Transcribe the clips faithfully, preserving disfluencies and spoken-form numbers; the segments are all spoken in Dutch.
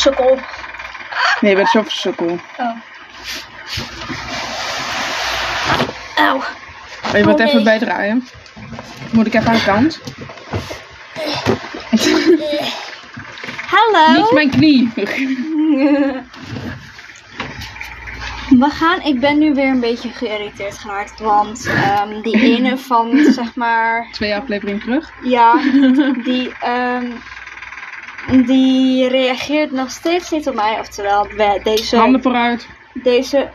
Sukkel. Nee, je bent zo versukkel. Oh. Auw. Wil je wat Oh, even nee. bijdraaien? Moet ik even aan de kant? Hallo. Niet mijn knie. We gaan, ik ben nu weer een beetje geïrriteerd geraakt, want um, die ene van, zeg maar, Twee afleveringen terug. ja, die, um, die reageert nog steeds niet op mij, oftewel we, deze, Handen vooruit. deze,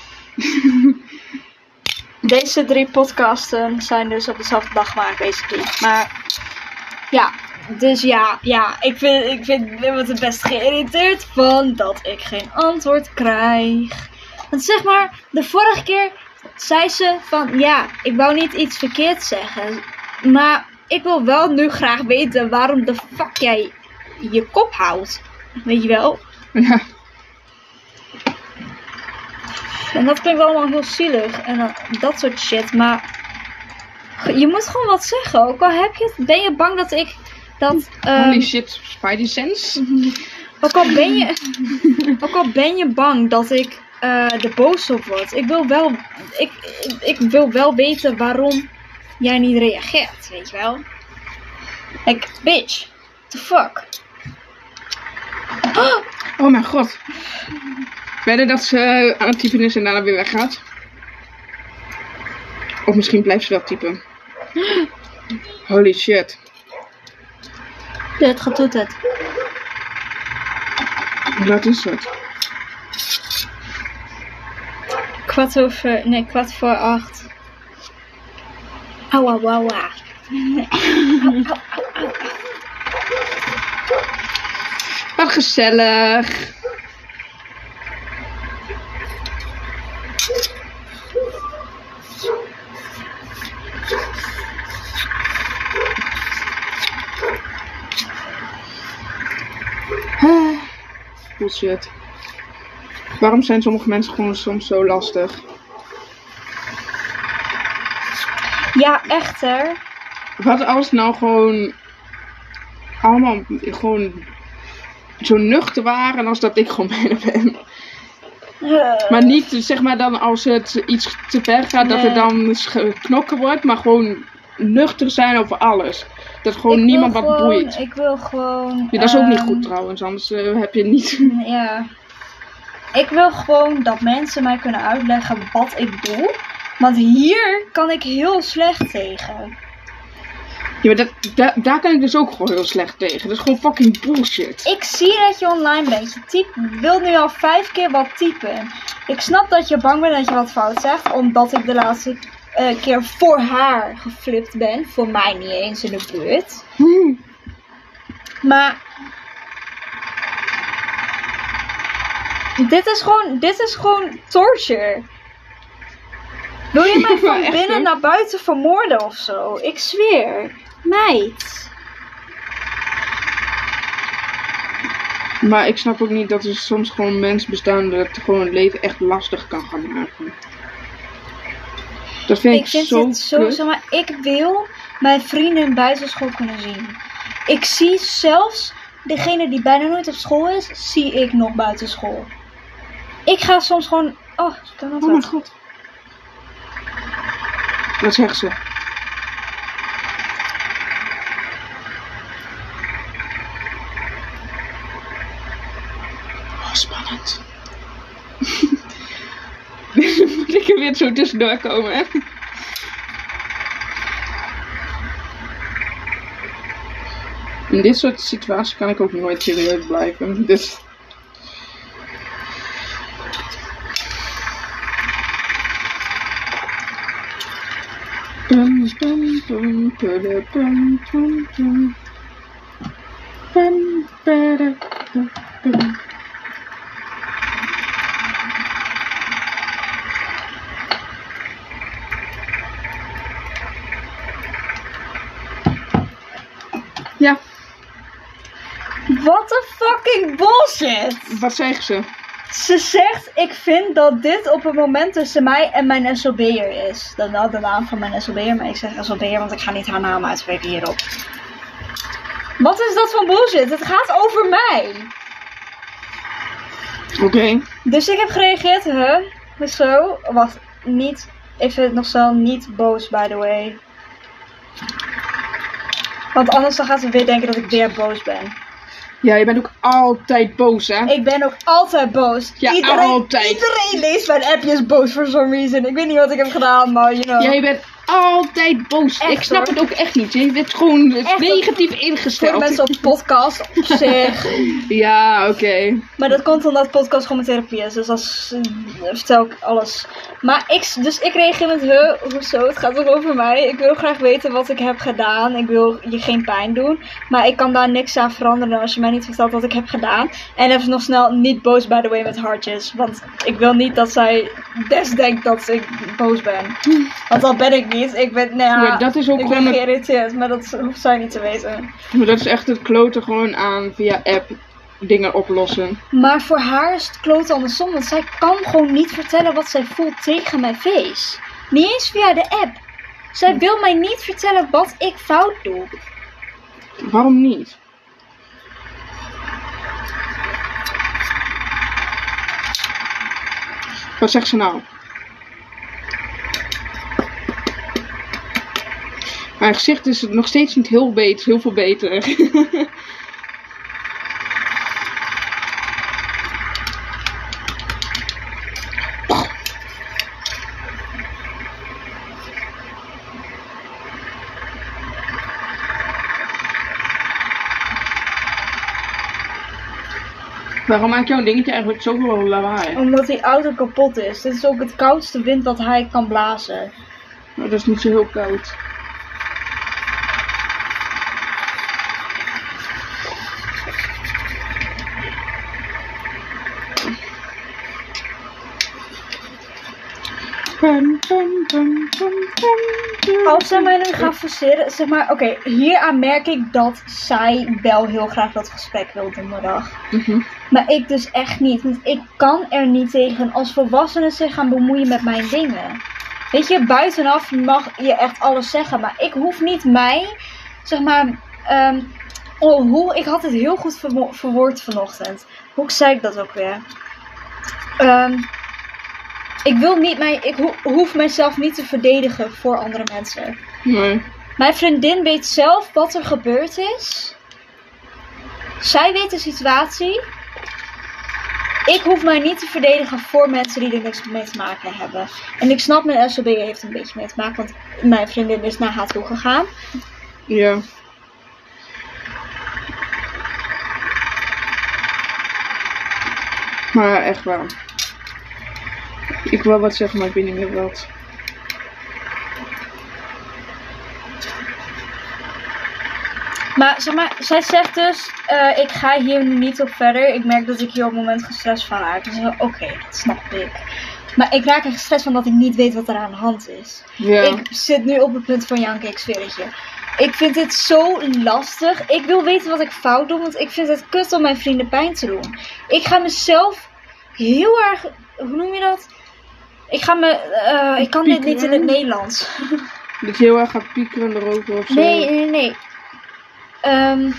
deze drie podcasten zijn dus op dezelfde dag gemaakt, basically. Maar, ja, dus ja, ja, ik vind, ik vind, ik word het best geïrriteerd van dat ik geen antwoord krijg. Want zeg maar, de vorige keer zei ze van, ja, ik wou niet iets verkeerd zeggen. Maar ik wil wel nu graag weten waarom de fuck jij je kop houdt. Weet je wel? Ja. En dat klinkt allemaal heel zielig en uh, dat soort shit. Maar je moet gewoon wat zeggen. Ook al heb je het, ben je bang dat ik dat... Um, Holy shit, Spidey sense. ook al ben je, ook al ben je bang dat ik uh, er boos op word. Ik wil wel, ik, ik wil wel weten waarom jij niet reageert, weet je wel? Like, bitch, the fuck? Oh, Oh mijn god. Verder dat ze aan het typen is en daarna weer weggaat. Of misschien blijft ze wel typen. Holy shit. dit gaat doet het. Wat is het? Kwart over, nee, kwart voor acht. Auwa, wauwa. Wat gezellig. Ah, bullshit. Waarom zijn sommige mensen gewoon soms zo lastig? Ja, echt hè. Wat als nou gewoon allemaal gewoon zo nuchter waren als dat ik gewoon bijna ben. Uh, Maar niet zeg maar dan als het iets te ver gaat dat Nee. er dan sch- knokken wordt, maar gewoon nuchter zijn over alles. Dat gewoon ik niemand wil wat gewoon, boeit. Ik wil gewoon... Ja, dat is ook niet ehm, goed trouwens, anders eh, heb je niet... Ja. Ik wil gewoon dat mensen mij kunnen uitleggen wat ik doe. Want hier kan ik heel slecht tegen. Ja, maar dat, da- daar kan ik dus ook gewoon heel slecht tegen. Dat is gewoon fucking bullshit. Ik zie dat je online bent. Je typt, wil nu al vijf keer wat typen. Ik snap dat je bang bent dat je wat fout zegt. Omdat ik de laatste uh, keer voor haar geflipt ben. Voor mij niet eens in de buurt. Hmm. Maar... Dit is gewoon, dit is gewoon torture. Wil je mij van Echt, binnen hè? naar buiten vermoorden of zo? Ik zweer. Meid. Maar ik snap ook niet dat er soms gewoon mensen bestaan dat het gewoon het leven echt lastig kan gaan maken. Dat vind ik, Ik vind zo het zo, kut. zeg maar, ik wil mijn vrienden buiten school kunnen zien. Ik zie zelfs degene die bijna nooit op school is, zie ik nog buiten school. Ik ga soms gewoon, oh, kan dat Oh mijn wat? god. Wat zegt ze? Oh, spannend. Moet ik er weer zo tussendoor komen, hè? In dit soort situaties kan ik ook nooit serieus blijven. Dus... Bum, bum, bum, bum, bum, bum, bum. Bum, bada, bum, bum. Ja, What the fucking bullshit! wat zegt ze? Ze zegt, ik vind dat dit op het moment tussen mij en mijn S L B'er is. Dan wel de naam van mijn S L B'er, maar ik zeg S L B'er, want ik ga niet haar naam uitspreken hierop. Wat is dat voor bullshit? Het gaat over mij. Oké. Okay. Dus ik heb gereageerd, huh? Zo. Wacht, niet. Ik vind het nog zo niet boos, by the way. Want anders dan gaat ze weer denken dat ik weer boos ben. Ja, je bent ook altijd boos, hè? Ik ben ook altijd boos. Ja, iedereen, altijd. Iedereen leest mijn appjes boos for some reason. Ik weet niet wat ik heb gedaan, maar you know. Ja, je bent altijd boos. Echt, ik snap hoor. het ook echt niet. Je bent gewoon Echt, negatief voor ingesteld. de mensen op podcast op zich. Ja, oké. Okay. Maar dat komt omdat podcast gewoon mijn therapie is. Dus dat is, uh, vertel ik alles. Maar ik, dus ik reageer met, huh, hoezo? Het gaat toch over mij? Ik wil graag weten wat ik heb gedaan. Ik wil je geen pijn doen. Maar ik kan daar niks aan veranderen als je mij niet vertelt wat ik heb gedaan. En even nog snel niet boos, by the way, met hartjes. Want ik wil niet dat zij des denkt dat ik boos ben. Want dat ben ik niet. Ik ben, nou ja, ja, dat is ook ik gewoon ben het... geïrriteerd. Maar dat hoeft zij niet te weten. Maar dat is echt het kloten gewoon aan via app dingen oplossen. Maar voor haar is het kloten andersom. Want zij kan gewoon niet vertellen wat zij voelt tegen mijn face. Niet eens via de app. Zij wil mij niet vertellen wat ik fout doe. Waarom niet? Wat zegt ze nou? Mijn gezicht is nog steeds niet heel beter, heel veel beter. Waarom maakt jouw dingetje eigenlijk zoveel lawaai? Omdat die auto kapot is. Dit is ook het koudste wind dat hij kan blazen. Nou, dat is niet zo heel koud. Als zij mij nu gaan forceren, zeg maar, oké, okay, hieraan merk ik dat zij wel heel graag dat gesprek wil donderdag. Mm-hmm. Maar ik dus echt niet, want ik kan er niet tegen als volwassenen zich gaan bemoeien met mijn dingen. Weet je, buitenaf mag je echt alles zeggen, maar ik hoef niet mij, zeg maar, um, oh, hoe, ik had het heel goed verwo- verwoord vanochtend. Hoe zei ik dat ook weer? Um, Ik wil niet mijn, ik ho- hoef mijzelf niet te verdedigen voor andere mensen. Nee. Mijn vriendin weet zelf wat er gebeurd is. Zij weet de situatie. Ik hoef mij niet te verdedigen voor mensen die er niks mee te maken hebben. En ik snap, mijn S O B heeft een beetje mee te maken, want mijn vriendin is naar haar toe gegaan. Ja. Maar ja, echt waar. Ik wil wat zeggen, maar ik weet niet meer wat. Maar zeg maar, zij zegt dus, uh, ik ga hier nu niet op verder. Ik merk dat ik hier op het moment gestrest van raak. Dus oké, okay, dat snap ik. Maar ik raak er gestrest van dat ik niet weet wat er aan de hand is. Ja. Ik zit nu op het punt van janken, ik zweer het je. Ik vind dit zo lastig. Ik wil weten wat ik fout doe, want ik vind het kut om mijn vrienden pijn te doen. Ik ga mezelf heel erg, hoe noem je dat? Ik ga me, uh, ik kan dit niet in het Nederlands. Dat je heel erg gaat piekeren erover of zo? Nee, nee, nee. Um,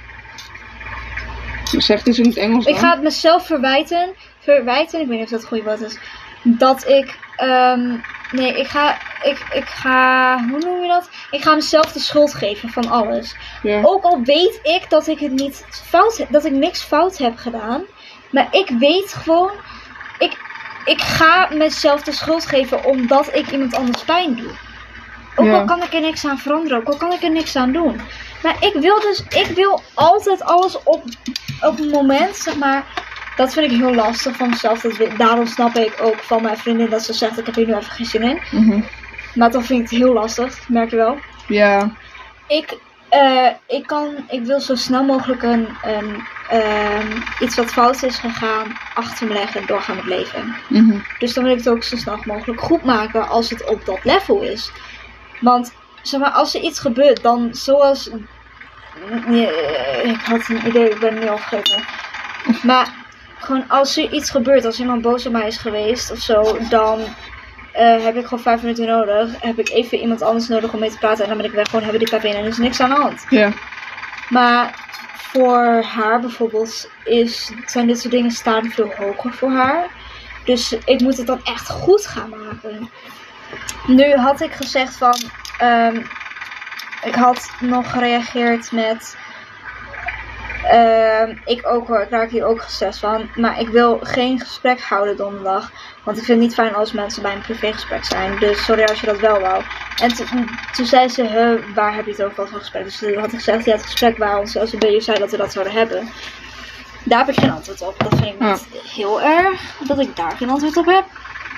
zeg het eens in het Engels dan. Ik ga het mezelf verwijten. Verwijten, ik weet niet of dat het goede woord is. Dat ik, um, nee, ik ga, ik, ik ga, hoe noem je dat? Ik ga mezelf de schuld geven van alles. Ja. Ook al weet ik dat ik het niet fout, dat ik niks fout heb gedaan. Maar ik weet gewoon, ik, ik ga mezelf de schuld geven omdat ik iemand anders pijn doe. Ook Ja. al kan ik er niks aan veranderen, ook al kan ik er niks aan doen. Maar ik wil dus, ik wil altijd alles op, op een moment, zeg maar. Dat vind ik heel lastig van mezelf. Dat, daarom snap ik ook van mijn vriendin dat ze zegt, ik heb hier nu even geen zin in. Mm-hmm. Maar toch vind ik het heel lastig, merk je wel. Ja. Ik, uh, ik kan, ik wil zo snel mogelijk een, een um, iets wat fout is gegaan achter me leggen en doorgaan met leven. Mm-hmm. Dus dan wil ik het ook zo snel mogelijk goed maken als het op dat level is. Want zeg maar, als er iets gebeurt, dan zoals, nee, ik had een idee, ik ben het nu al vergeten. Maar gewoon als er iets gebeurt, als iemand boos op mij is geweest of zo, dan uh, heb ik gewoon vijf minuten nodig. Heb ik even iemand anders nodig om mee te praten en dan ben ik weg, gewoon hebben die pep in en er is niks aan de hand. Ja. Maar voor haar bijvoorbeeld is, zijn dit soort dingen staan veel hoger voor haar. Dus ik moet het dan echt goed gaan maken. Nu had ik gezegd van, um, ik had nog gereageerd met, uh, ik ook hoor, ik raak hier ook gestrest van, maar ik wil geen gesprek houden donderdag. Want ik vind het niet fijn als mensen bij een privégesprek zijn. Dus sorry als je dat wel wou. En toen, toen zei ze, huh, waar heb je het over, wat voor gesprek? Dus toen had ik gezegd, ja, het gesprek waar ons L C B U zei dat we dat zouden hebben. Daar heb ik geen antwoord op. Dat vind ik niet ja. heel erg, dat ik daar geen antwoord op heb.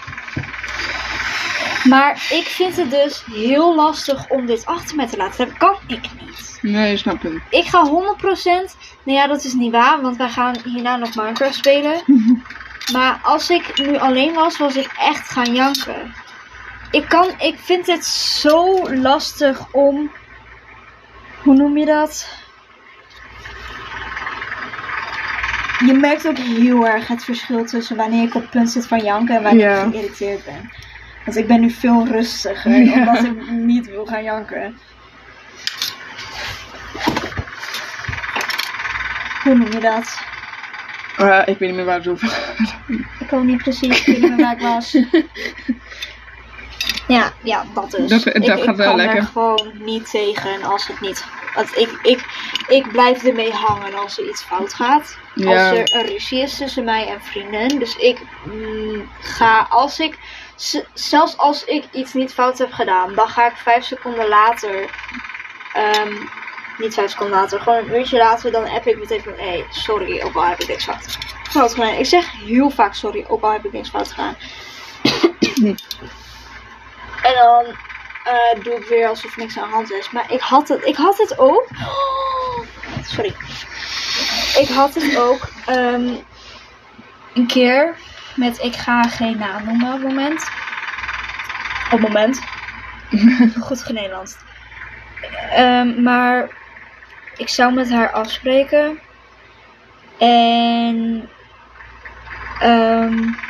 Maar ik vind het dus heel lastig om dit achter me te laten. Dat kan ik niet. Nee, snap je. Ik ga honderd procent... Nou ja, dat is niet waar. Want wij gaan hierna nog Minecraft spelen. Maar als ik nu alleen was, was ik echt gaan janken. Ik kan... Ik vind het zo lastig om... Hoe noem je dat? Je merkt ook heel erg het verschil tussen wanneer ik op het punt zit van janken en wanneer ja. ik geïrriteerd ben. Want ik ben nu veel rustiger, ja. omdat ik niet wil gaan janken. Hoe noem je dat? Uh, ik weet niet meer waar het over gaat. Ik ook niet precies, ik weet niet meer waar ik was. Ja, ja, dat dus. Dat, dat ik gaat ik wel kan lekker. er gewoon niet tegen als het niet... Want ik, ik, ik blijf ermee hangen als er iets fout gaat. Ja. Als er een ruzie is tussen mij en vrienden. Dus ik mm, ga, als ik... Zelfs als ik iets niet fout heb gedaan, dan ga ik vijf seconden later... Um, niet vijf seconden later, gewoon een uurtje later, dan app ik meteen van... Hé, hey, sorry, ook al heb ik niks fout, fout gedaan. Ik zeg heel vaak sorry, ook al heb ik niks fout gedaan. En dan uh, doe ik weer alsof niks aan de hand is. Maar ik had het, ik had het ook... Oh, sorry. Ik had het ook um, een keer met... Ik ga geen naam noemen op het moment. Op het moment. Goed genederlands. Um, maar ik zou met haar afspreken. En... Um,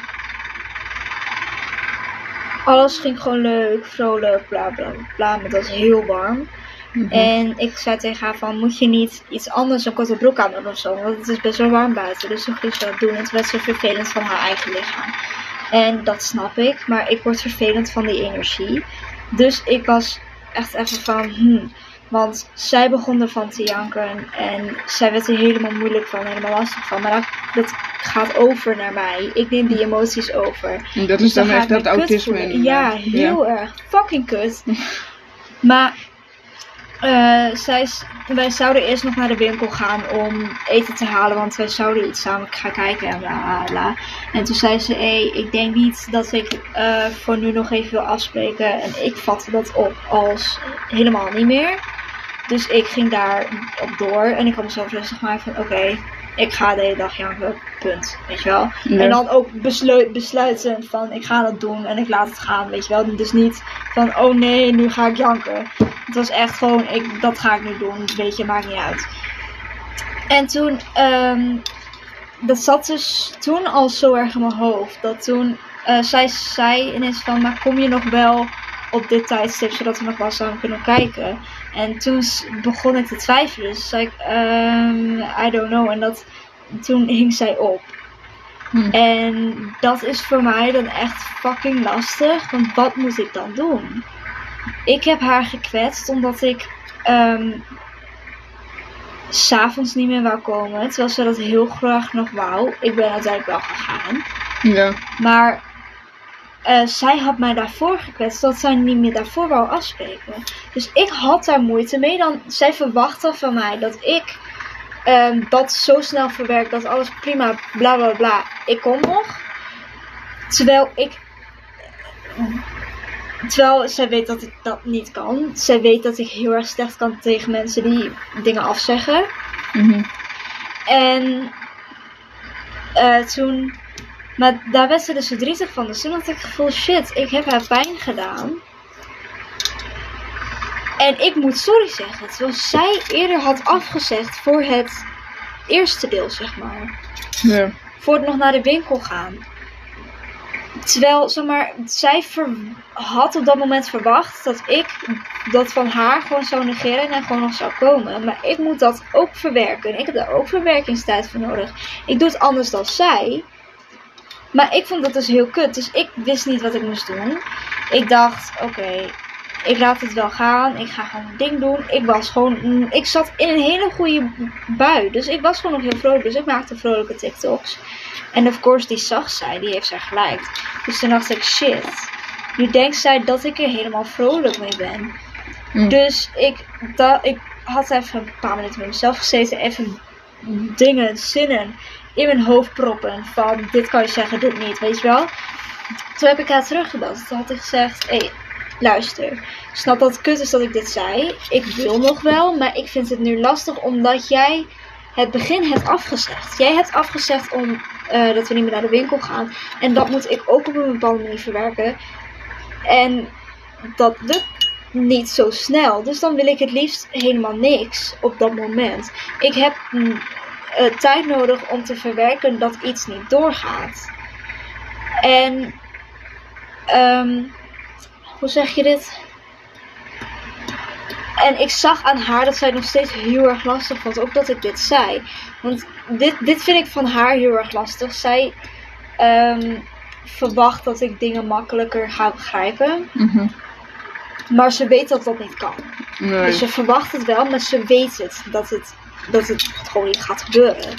alles ging gewoon leuk, vrolijk, bla bla bla. Maar het was heel warm. Mm-hmm. En ik zei tegen haar van, moet je niet iets anders, een korte broek aan doen of zo. Want het is best wel warm buiten. Dus toen ging ze dat doen. En toen werd ze vervelend van haar eigen lichaam. En dat snap ik. Maar ik word vervelend van die energie. Dus ik was echt even van, hmm. Want zij begon ervan te janken. En zij werd er helemaal moeilijk van. Helemaal lastig van. Maar dat, dat gaat over naar mij. Ik neem die emoties over. En dat is dus dan, dan echt dat autisme. Ja, heel ja. erg. Fucking kut. Maar uh, zij, wij zouden eerst nog naar de winkel gaan om eten te halen. Want wij zouden iets samen gaan kijken en bla bla. En toen zei ze, hé, hey, ik denk niet dat ik uh, voor nu nog even wil afspreken. En ik vatte dat op als helemaal niet meer. Dus ik ging daar op door. En ik had mezelf rustig maken van, oké, okay, ik ga de hele dag janken, punt, weet je wel. Ja. En dan ook besluit, besluiten van, ik ga dat doen en ik laat het gaan, weet je wel. Dus niet van, oh nee, nu ga ik janken. Het was echt gewoon, ik, dat ga ik nu doen, weet je, maakt niet uit. En toen, um, dat zat dus toen al zo erg in mijn hoofd. Dat toen, uh, zij zei ineens van, maar kom je nog wel op dit tijdstip, zodat we nog wel samen kunnen kijken. En toen begon ik te twijfelen. Dus zei ik, um, I don't know. En dat, toen hing zij op. Hm. En dat is voor mij dan echt fucking lastig. Want wat moet ik dan doen? Ik heb haar gekwetst omdat ik um, 's avonds niet meer wou komen. Terwijl ze dat heel graag nog wou. Ik ben uiteindelijk wel gegaan. Ja. Maar Uh, zij had mij daarvoor gekwetst dat zij niet meer daarvoor wou afspreken. Dus ik had daar moeite mee. Dan, zij verwachtte van mij dat ik um, dat zo snel verwerk. Dat alles prima, bla bla bla. Ik kom nog. Terwijl ik... Terwijl zij weet dat ik dat niet kan. Zij weet dat ik heel erg slecht kan tegen mensen die dingen afzeggen. Mm-hmm. En uh, toen... Maar daar werd ze dus verdrietig van. Dus toen had ik het gevoel, shit, ik heb haar pijn gedaan. En ik moet sorry zeggen. Terwijl zij eerder had afgezegd voor het eerste deel, zeg maar. Ja. Voor het nog naar de winkel gaan. Terwijl, zeg maar, zij ver- had op dat moment verwacht dat ik dat van haar gewoon zou negeren en gewoon nog zou komen. Maar ik moet dat ook verwerken. Ik heb daar ook verwerkingstijd voor nodig. Ik doe het anders dan zij. Maar ik vond dat dus heel kut. Dus ik wist niet wat ik moest doen. Ik dacht, oké, okay, ik laat het wel gaan. Ik ga gewoon mijn ding doen. Ik was gewoon, ik zat in een hele goede bui. Dus ik was gewoon nog heel vrolijk. Dus ik maakte vrolijke TikToks. En of course, die zag zij, die heeft zij geliked. Dus toen dacht ik, shit. Nu denkt zij dat ik er helemaal vrolijk mee ben. Mm. Dus ik, dat, ik had even een paar minuten met mezelf gezeten. Even dingen, zinnen in mijn hoofd proppen. Van, dit kan je zeggen, dit niet, weet je wel. Toen heb ik haar teruggedacht. Toen had ik gezegd, hé, hey, luister. Ik snap dat het kut is dat ik dit zei. Ik wil nog wel, maar ik vind het nu lastig omdat jij het begin hebt afgezegd. Jij hebt afgezegd om uh, dat we niet meer naar de winkel gaan. En dat moet ik ook op een bepaalde manier verwerken. En dat lukt niet zo snel. Dus dan wil ik het liefst helemaal niks op dat moment. Ik heb uh, tijd nodig om te verwerken dat iets niet doorgaat. En um, hoe zeg je dit? En ik zag aan haar dat zij het nog steeds heel erg lastig vond. Ook dat ik dit zei. Want dit, dit vind ik van haar heel erg lastig. Zij um, verwacht dat ik dingen makkelijker ga begrijpen. Mm-hmm. Maar ze weet dat dat niet kan. Nee. Dus ze verwacht het wel, maar ze weet het. Dat het, dat het gewoon niet gaat gebeuren.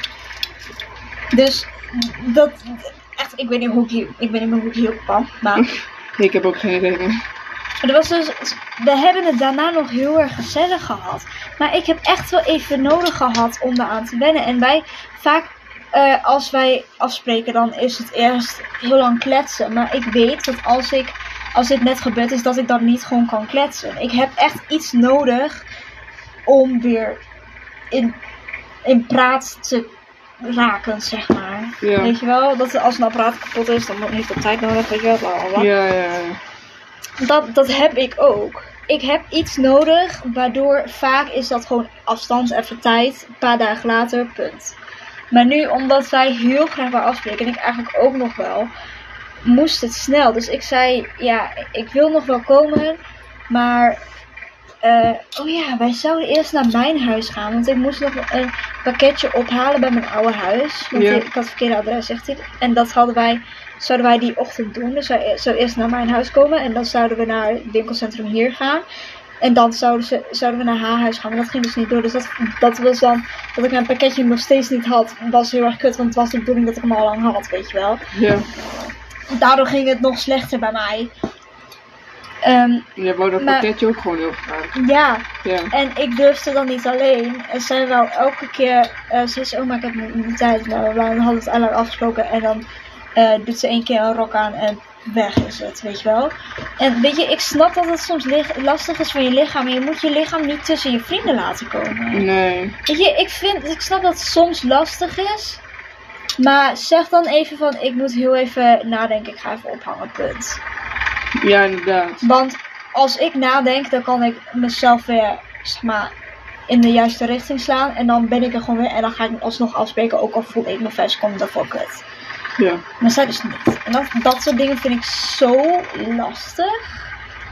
Dus dat... Echt, ik weet niet hoe ik hier, ik weet niet meer hoe ik hierop kwam. Maar... ik heb ook geen idee. Er was dus, we hebben het daarna nog heel erg gezellig gehad. Maar ik heb echt wel even nodig gehad om eraan te wennen. En wij, vaak uh, als wij afspreken, dan is het eerst heel lang kletsen. Maar ik weet dat als ik, als dit net gebeurd is, dat ik dan niet gewoon kan kletsen. Ik heb echt iets nodig om weer in, in praat te raken, zeg maar. Ja. Weet je wel, dat als een apparaat kapot is, dan heeft dat tijd nodig, weet je wel. Blablabla. Ja, ja, ja. Dat, dat heb ik ook. Ik heb iets nodig, waardoor vaak is dat gewoon afstand, even tijd, een paar dagen later, punt. Maar nu, omdat wij heel graag bij afspreken, en ik eigenlijk ook nog wel, moest het snel. Dus ik zei, ja, ik wil nog wel komen, maar, uh, oh ja, wij zouden eerst naar mijn huis gaan, want ik moest nog een pakketje ophalen bij mijn oude huis. Want ja. ik, ik had het verkeerde adres, zegt hij. En dat hadden wij... zouden wij die ochtend doen. Dus wij zouden eerst naar mijn huis komen. En dan zouden we naar het winkelcentrum hier gaan. En dan zouden, ze, zouden we naar haar huis gaan. Maar dat ging dus niet door. Dus dat, dat was dan... dat ik mijn pakketje nog steeds niet had. Was heel erg kut. Want het was de bedoeling dat ik hem al lang had. Weet je wel. Ja. Daardoor ging het nog slechter bij mij. Um, je wou dat maar, pakketje ook gewoon heel graag. Ja. ja. En ik durfde dan niet alleen. En zij wou elke keer... Uh, ze zei, oh maar ik heb mijn tijd. Bla, bla, bla. En dan hadden we het eigenlijk afgesproken. En dan... Uh, doet ze één keer een rok aan en weg is het, weet je wel. En weet je, ik snap dat het soms lig- lastig is van je lichaam. Maar je moet je lichaam niet tussen je vrienden laten komen. Nee. Weet je, ik, vind, ik snap dat het soms lastig is. Maar zeg dan even van, ik moet heel even nadenken. Ik ga even ophangen, punt. Ja, inderdaad. Want als ik nadenk, dan kan ik mezelf weer, zeg maar, in de juiste richting slaan. En dan ben ik er gewoon weer. En dan ga ik alsnog afspreken, ook al voel ik me vijf seconden daarvoor kut. Ja. Maar zij dus niet. En dat, dat soort dingen vind ik zo lastig.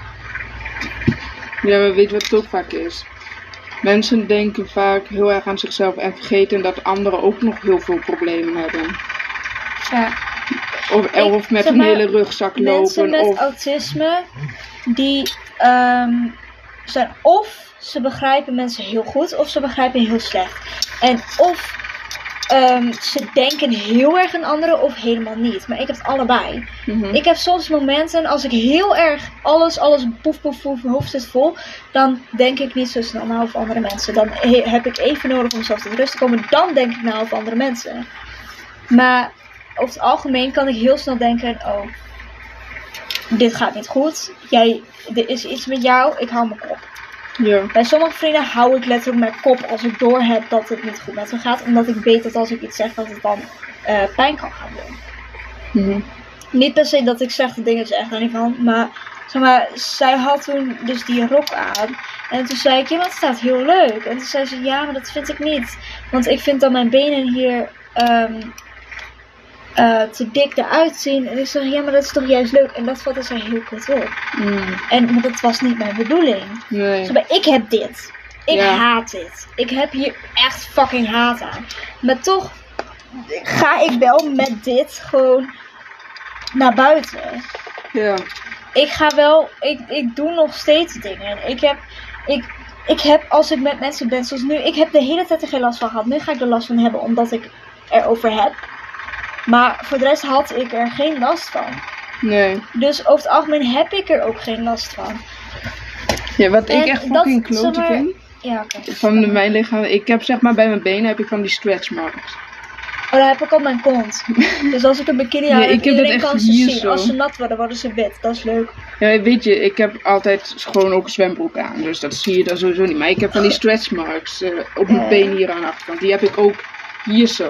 Ja, we weten wat het ook vaak is. Mensen denken vaak heel erg aan zichzelf en vergeten dat anderen ook nog heel veel problemen hebben. Ja. Of, ik, of met een maar, hele rugzak lopen. Mensen met of... autisme, die um, zijn of ze begrijpen mensen heel goed, of ze begrijpen heel slecht. En of... Um, ze denken heel erg aan anderen of helemaal niet. Maar ik heb het allebei. Mm-hmm. Ik heb soms momenten als ik heel erg alles, alles poef poef poef, mijn hoofd zit vol. Dan denk ik niet zo snel na over andere mensen. Dan he- heb ik even nodig om mezelf tot rust te komen. Dan denk ik na over andere mensen. Maar over het algemeen kan ik heel snel denken. Oh, dit gaat niet goed. Jij, er is iets met jou. Ik hou mijn kop. Ja. Bij sommige vrienden hou ik letterlijk mijn kop als ik doorheb dat het niet goed met me gaat. Omdat ik weet dat als ik iets zeg dat het dan uh, pijn kan gaan doen. Mm-hmm. Niet per se dat ik slechte dingen zeg, daar niet van. Maar, zeg maar, zij had toen dus die rok aan. En toen zei ik, ja, maar het staat heel leuk. En toen zei ze, ja, maar dat vind ik niet. Want ik vind dat mijn benen hier um, uh, te dik eruit zien. En ik zeg, ja, maar dat is toch juist leuk. En dat vatte zij heel kut op. Mm. En maar dat was niet mijn bedoeling. Nee. Zeg maar, ik heb dit. Ik Ja. haat dit. Ik heb hier echt fucking haat aan. Maar toch ga ik wel met dit gewoon naar buiten. Ja. Ik ga wel, ik, ik doe nog steeds dingen. Ik heb, ik, ik heb, als ik met mensen ben zoals nu, ik heb de hele tijd er geen last van gehad. Nu ga ik er last van hebben omdat ik erover heb. Maar voor de rest had ik er geen last van. Nee. Dus over het algemeen heb ik er ook geen last van. Ja, wat En ik echt dat, fucking klote zeg maar- vind, Ja, oké. van mijn lichaam, ik heb zeg maar bij mijn benen heb ik van die stretch marks. Oh, daar heb ik op mijn kont. Dus als ik een bikini aan Nee, heb, ik heb dat iedereen echt kan ze hier zien. zo. Als ze nat worden, worden ze wit. Dat is leuk. Ja, weet je, ik heb altijd gewoon ook een zwembroek aan, dus dat zie je dan sowieso niet. Maar ik heb van die stretch marks eh, op mijn Oh. been hier aan de achterkant. Die heb ik ook hier zo.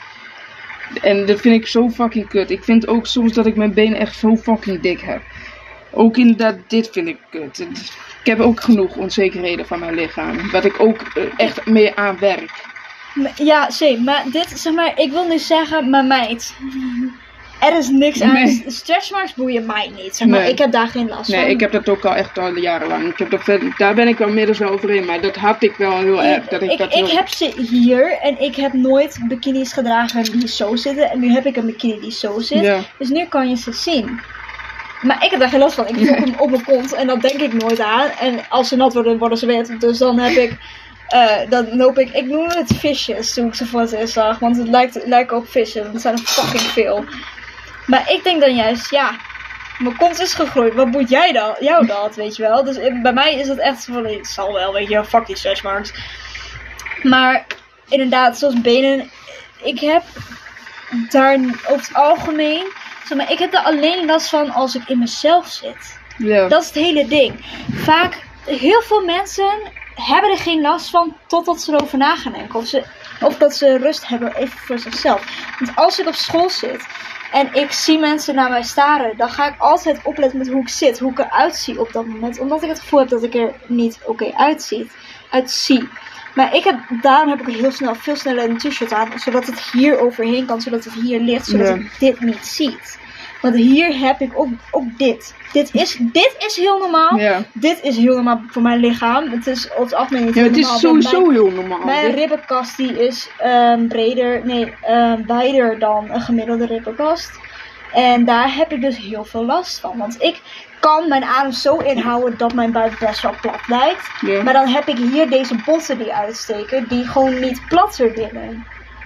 En dat vind ik zo fucking kut. Ik vind ook soms dat ik mijn benen echt zo fucking dik heb. Ook inderdaad, dit vind ik kut. Ik heb ook genoeg onzekerheden van mijn lichaam. Wat ik ook eh, echt mee aan werk. Maar- Ja, zie, maar dit, zeg maar, ik wil nu zeggen, maar meid, er is niks aan. Nee. Stretchmarks boeien mij niet, zeg maar, Nee. ik heb daar geen last Nee, van. ik heb dat ook al echt al jarenlang. Ik heb dat, ver- daar ben ik wel inmiddels wel overheen. Maar dat had ik wel heel erg. Dat ik, ik, dat ik heel- heb ze hier en ik heb nooit bikinis gedragen die zo zitten. En nu heb ik een bikini die zo zit. Ja. Dus nu kan je ze zien. Maar ik heb daar geen last van. Ik voel hem op mijn kont en dat denk ik nooit aan. En als ze nat worden, worden ze wit. Dus dan heb ik, eh, dan loop ik, ik noem het visjes toen ik ze voor het eerst zag. Want het lijkt, het lijkt op vissen. Want er zijn er fucking veel. Maar ik denk dan juist, ja, mijn kont is gegroeid. Wat moet jij dan? Jou dat, weet je wel. Dus eh, bij mij is het echt van, het zal wel, weet je wel, fuck die stretch marks. Maar inderdaad, zoals benen, ik heb daar over het algemeen, zeg maar, ik heb er alleen last van als ik in mezelf zit. Ja. Dat is het hele ding. Vaak, heel veel mensen hebben er geen last van totdat ze erover na gaan denken. Of, ze, of dat ze rust hebben even voor zichzelf. Want als ik op school zit en ik zie mensen naar mij staren, dan ga ik altijd opletten met hoe ik zit, hoe ik eruit zie op dat moment. Omdat ik het gevoel heb dat ik er niet oké uitzie. uitzie. Maar ik heb, daarom heb ik heel snel, veel sneller een t-shirt aan, zodat het hier overheen kan, zodat het hier ligt, zodat Ja. ik dit niet ziet. Want hier heb ik ook, ook dit. Dit is, dit is heel normaal. Ja. Dit is heel normaal voor mijn lichaam. Het is over het algemeen niet Ja, heel het is normaal. want sowieso Mijn, heel normaal. mijn Dit- ribbenkast die is ehm, breder, nee, ehm, wijder dan een gemiddelde ribbenkast. En daar heb ik dus heel veel last van. Want ik kan mijn adem zo inhouden dat mijn buik best wel plat lijkt. Ja. Maar dan heb ik hier deze botten die uitsteken, die gewoon niet platter willen.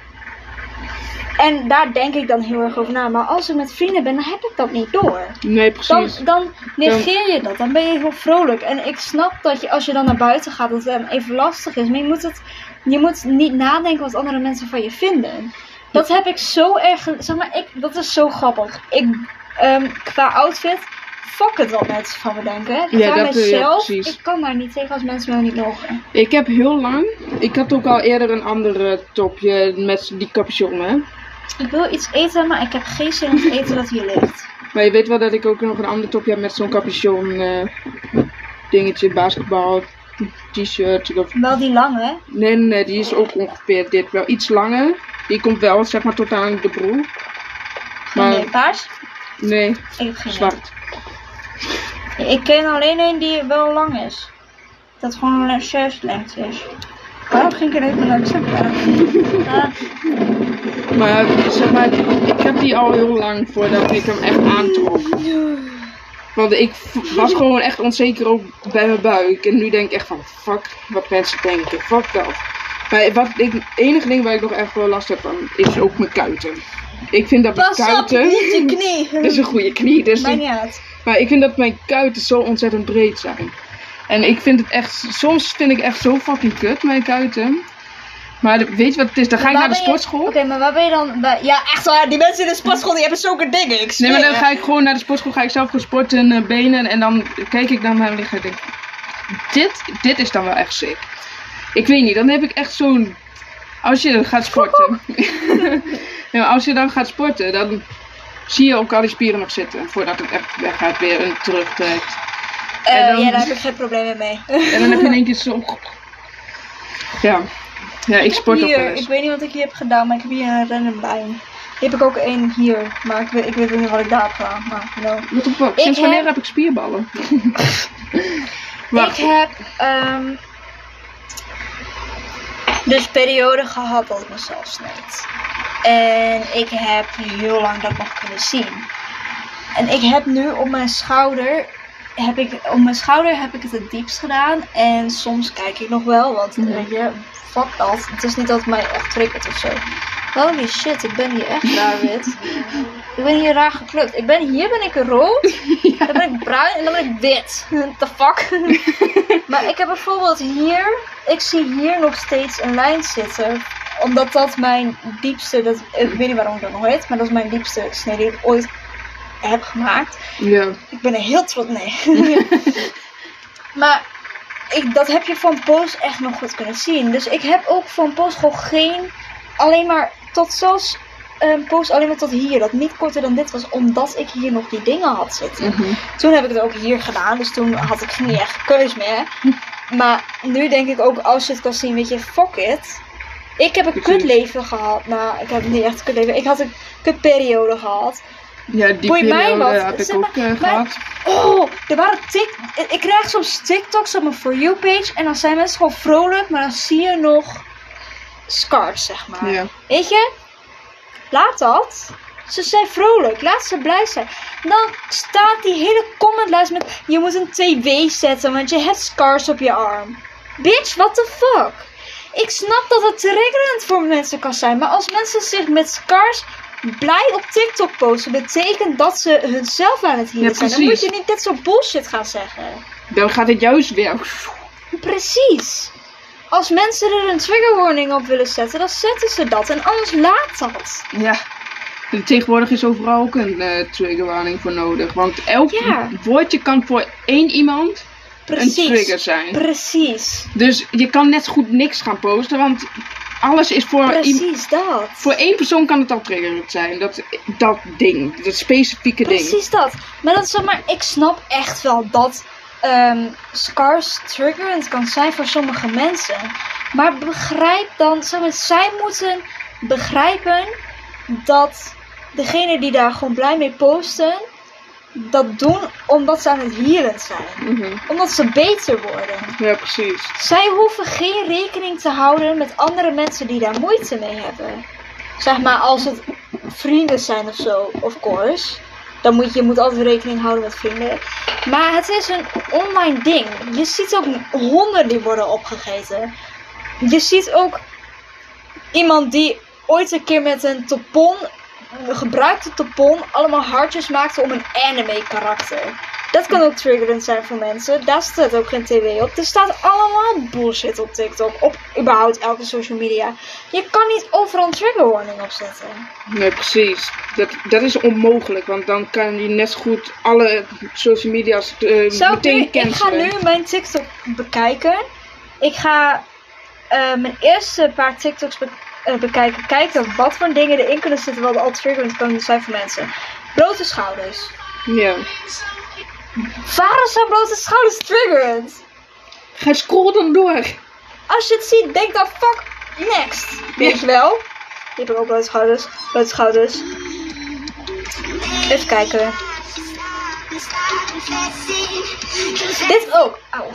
En daar denk ik dan heel erg over na. Maar als ik met vrienden ben, dan heb ik dat niet door. Nee, Dan, precies. dan negeer je dat. Dan ben je heel vrolijk. En ik snap dat je, als je dan naar buiten gaat, dat het dan even lastig is. Maar je moet, het, je moet niet nadenken wat andere mensen van je vinden. Dat heb ik zo erg... Zeg maar, ik, dat is zo grappig. Ik, ehm, qua outfit, fuck het wat mensen van me denken. Ja, Qua dat, eh, ja, mezelf, precies. ik kan daar niet tegen als mensen mij niet mogen. Ik heb heel lang, ik had ook al eerder een ander eh, topje met die capuchon, hè. Ik wil iets eten, maar ik heb geen zin om te eten dat hier ligt. Maar je weet wel dat ik ook nog een ander topje heb met zo'n capuchon eh, dingetje, basketbal, t-shirt. Of... Wel die lange. Nee, nee, nee, die is ook ongeveer dit. Wel iets langer. Die komt wel, zeg maar, tot aan de broek. Maar Nee, paars. nee, Ik heb geen zwart. idee. Ik ken alleen een die wel lang is. Dat gewoon een shirt-lengte is. Waarom ging ik er even naar de zak? Ah, Maar zeg maar, ik heb die al heel lang voordat ik hem echt aantrok. Want ik v- was gewoon echt onzeker ook bij mijn buik. En nu denk ik echt van, fuck wat mensen denken. Fuck dat. Maar wat ik, het enige ding waar ik nog echt wel last heb van, is ook mijn kuiten. Ik vind dat mijn Pas op, kuiten... niet je knie. Dat is een goede knie. Dus Maakt die- niet uit. maar ik vind dat mijn kuiten zo ontzettend breed zijn. En ik vind het echt, soms vind ik echt zo fucking kut, mijn kuiten. Maar de- weet je wat het is? Dan ga ik Waar naar de ben je- sportschool. Oké, maar waar ben je dan? Bij... Ja, echt waar. Die mensen in de sportschool die hebben zulke dingen. Ik Nee, maar dan zweer. ga ik gewoon naar de sportschool, ga ik zelf gewoon sporten, eh, benen. En dan kijk ik naar mijn lichaam en denk, dit, dit is dan wel echt sick. Ik weet niet, dan heb ik echt zo'n... Als je gaat sporten... ja, maar als je dan gaat sporten, dan zie je ook al die spieren nog zitten. Voordat het echt weggaat weer en terugtrekt. Eh, en dan- Ja, daar heb ik geen problemen mee. En dan heb je in één keer zo... Ja, ja ik sport ook wel Hier, eens. ik weet niet wat ik hier heb gedaan, maar ik heb hier een random lijn. Die heb ik ook één hier. Maar ik weet, ik weet ook niet wat ik daar heb gedaan. Maar, no. What the fuck? Sinds wanneer heb... heb ik spierballen? Ik heb um, dus periode gehad dat ik mezelf sneed. En ik heb heel lang dat nog kunnen zien. En ik heb nu op mijn schouder, heb ik, op mijn schouder heb ik het het diepst gedaan. En soms kijk ik nog wel, want mm-hmm. weet je, fuck dat. Het is niet dat het mij echt triggert of zo. Holy shit, ik ben hier echt raar wit. Ik ben hier raar gekleurd. Ik ben, hier ben ik rood, ja. Dan ben ik bruin en dan ben ik wit. What the fuck? Maar ik heb bijvoorbeeld hier, ik zie hier nog steeds een lijn zitten. Omdat dat mijn diepste, dat, ik weet niet waarom ik dat nog weet, maar dat is mijn diepste snede die ik ooit heb gemaakt. Ja. Ik ben er heel trots, nee. Maar ik, dat heb je van Poos echt nog goed kunnen zien. Dus ik heb ook van Poos gewoon geen, alleen maar tot zelfs um, Poos alleen maar tot hier. Dat niet korter dan dit was, omdat ik hier nog die dingen had zitten. Mm-hmm. Toen heb ik het ook hier gedaan, dus toen had ik niet echt keus meer. Maar nu denk ik ook, als je het kan zien, weet je, fuck it. Ik heb een kutleven gehad. Nou, ik heb niet echt een kutleven. Ik had een kutperiode gehad. Ja, die Boeit periode mij wat. heb ik zeg ook maar, uh, maar, gehad. Oh, er waren tik... Ik krijg soms TikToks op mijn For You page. En dan zijn mensen gewoon vrolijk. Maar dan zie je nog scars, zeg maar. Ja. Weet je? Laat dat. Ze zijn vrolijk. Laat ze blij zijn. Dan staat die hele commentlijst met... Je moet een T W zetten, want je hebt scars op je arm. Bitch, what the fuck? Ik snap dat het triggerend voor mensen kan zijn. Maar als mensen zich met scars blij op TikTok posten, betekent dat ze hunzelf aan het healen ja, zijn. Dan moet je niet dit soort bullshit gaan zeggen. Dan gaat het juist weer. Precies. Als mensen er een trigger warning op willen zetten, dan zetten ze dat. En anders laat dat. Ja. Tegenwoordig is overal ook een uh, trigger warning voor nodig. Want elk ja. woordje kan voor één iemand... Precies, een trigger zijn. Precies. Dus je kan net zo goed niks gaan posten, want alles is voor... Precies dat. Voor één persoon kan het al triggerend zijn. Dat, dat ding, dat specifieke Precies ding. Precies dat. Maar dat is zeg maar, ik snap echt wel dat um, scars triggerend kan zijn voor sommige mensen. Maar begrijp dan, zeg maar, zij moeten begrijpen dat degene die daar gewoon blij mee posten... dat doen omdat ze aan het healen zijn. Mm-hmm. Omdat ze beter worden. Ja, precies. Zij hoeven geen rekening te houden met andere mensen die daar moeite mee hebben. Zeg maar als het vrienden zijn of zo, of course. Dan moet je, je moet altijd rekening houden met vrienden. Maar het is een online ding. Je ziet ook honden die worden opgegeten. Je ziet ook iemand die ooit een keer met een tampon... gebruikte tampon allemaal hartjes maakte om een anime karakter. Dat kan ook triggerend zijn voor mensen. Daar staat ook geen tv op. Er staat allemaal bullshit op TikTok. Op überhaupt elke social media. Je kan niet overal een trigger warning opzetten. Nee, precies. Dat, dat is onmogelijk. Want dan kan je net zo goed alle social media's uh, meteen nu, cancelen. Ik ga nu mijn TikTok bekijken. Ik ga uh, mijn eerste paar TikToks bekijken. Uh, bekijken, kijken wat voor dingen erin kunnen zitten wat al triggerend kunnen zijn voor mensen. Blote schouders. Ja. Waarom zijn blote schouders triggerend? Ga scroll dan door. Als je het ziet, denk dan fuck next. Weet je wel? Die heb ik ook blote schouders. Blote schouders. Even kijken. Dit ook. Auw.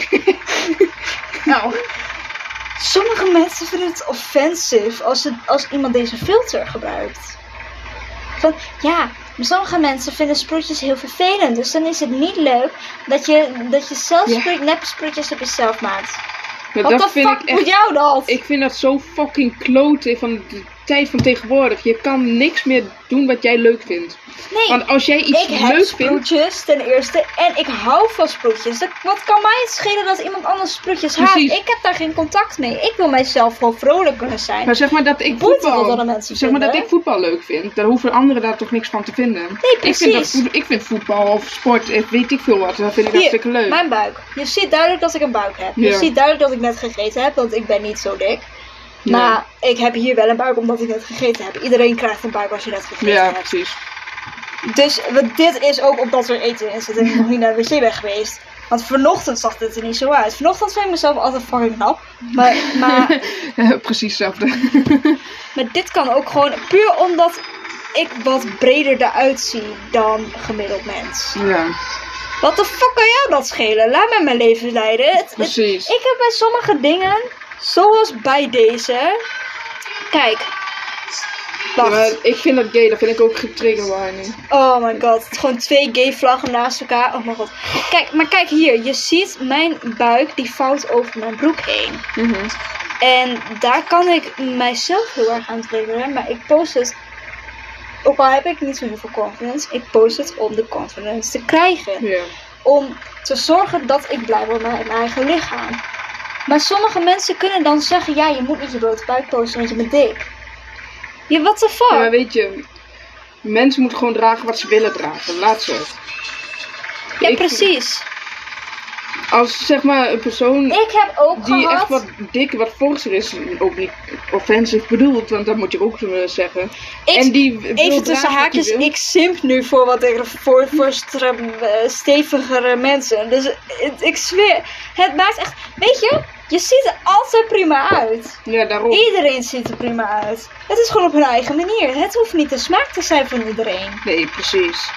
Auw. Sommige mensen vinden het offensive als, het, als iemand deze filter gebruikt. Van, ja, sommige mensen vinden sproetjes heel vervelend. Dus dan is het niet leuk dat je, dat je zelf ja. sproet, nep sproetjes op jezelf maakt. Maar Wat de fuck ik echt, moet jou dat? Ik vind dat zo fucking klote van de tijd van tegenwoordig. Je kan niks meer doen wat jij leuk vindt. Nee, want als jij iets ik leuk heb vindt... sproetjes ten eerste en ik hou van sproetjes. Dat, wat kan mij het schelen dat iemand anders sproetjes haat? Ik heb daar geen contact mee. Ik wil mijzelf gewoon vrolijk kunnen zijn. Maar zeg maar dat ik voetbal, zeg maar dat ik voetbal leuk vind, daar hoeven anderen daar toch niks van te vinden. Nee, precies. Ik vind, dat, ik vind voetbal of sport, weet ik veel wat, dat vind ik Hier, hartstikke leuk. Mijn buik. Je ziet duidelijk dat ik een buik heb. Je ja. ziet duidelijk dat ik net gegeten heb, want ik ben niet zo dik. Maar ja. ik heb hier wel een buik omdat ik net gegeten heb. Iedereen krijgt een buik als je net gegeten ja, hebt. Ja, precies. Dus dit is ook omdat er eten in zit en ik nog niet naar de wc ben geweest. Want vanochtend zag dit er niet zo uit. Vanochtend vind ik mezelf altijd fucking knap. Maar, maar ja, precies hetzelfde. Maar dit kan ook gewoon puur omdat ik wat breder eruit zie dan gemiddeld mens. Ja. Wat de fuck kan jou dat schelen? Laat mij mijn leven leiden. Het, het, Precies. ik heb bij sommige dingen, zoals bij deze... Kijk. Wacht. Ja, maar ik vind dat gay, dat vind ik ook getriggerwarning. Oh my god. Het is gewoon twee gay vlaggen naast elkaar. Oh my god. Kijk, maar kijk hier. Je ziet mijn buik die vouwt over mijn broek heen. Mm-hmm. En daar kan ik mijzelf heel erg aan triggeren. Maar ik post het. Ook al heb ik niet zo heel veel confidence. Ik post het om de confidence te krijgen. Ja. Om te zorgen dat ik blij word met mijn eigen lichaam. Maar sommige mensen kunnen dan zeggen. Ja, je moet niet je blote buik posten want je bent dik. Ja, what the fuck? Ja, maar weet je, mensen moeten gewoon dragen wat ze willen dragen. Laat ze. Ja, Ik- precies. Als zeg maar een persoon Ik heb ook die gehad... echt wat dik, wat forser is, ook niet offensief bedoeld, want dat moet je ook zo willen zeggen. Ik- en die wil Even tussen dragen wat haakjes, hij wil. ik simp nu voor wat ik voor, voor stra- eh, stevigere mensen. Dus het, ik zweer, het maakt echt... Weet je, je ziet er altijd prima uit. Ja, daarom. Iedereen ziet er prima uit. Het is gewoon op hun eigen manier. Het hoeft niet de smaak te zijn van iedereen. Nee, precies.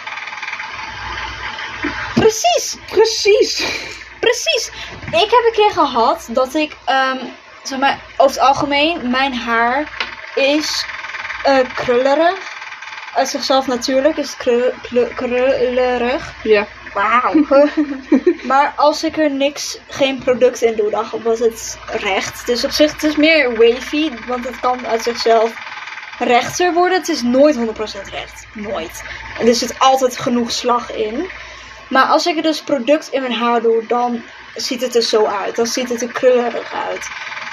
Precies, Precies. precies. Ik heb een keer gehad dat ik, ehm, zeg maar, over het algemeen, mijn haar is eh, krullerig. Uit zichzelf natuurlijk is het krul- krul- krullerig. Ja. Wauw. Maar als ik er niks, geen product in doe, dan was het recht. Dus op zich, het is meer wavy, want het kan uit zichzelf rechter worden. Het is nooit honderd procent recht. Nooit. En er zit altijd genoeg slag in. Maar als ik er dus product in mijn haar doe, dan ziet het er zo uit. Dan ziet het er krullerig uit.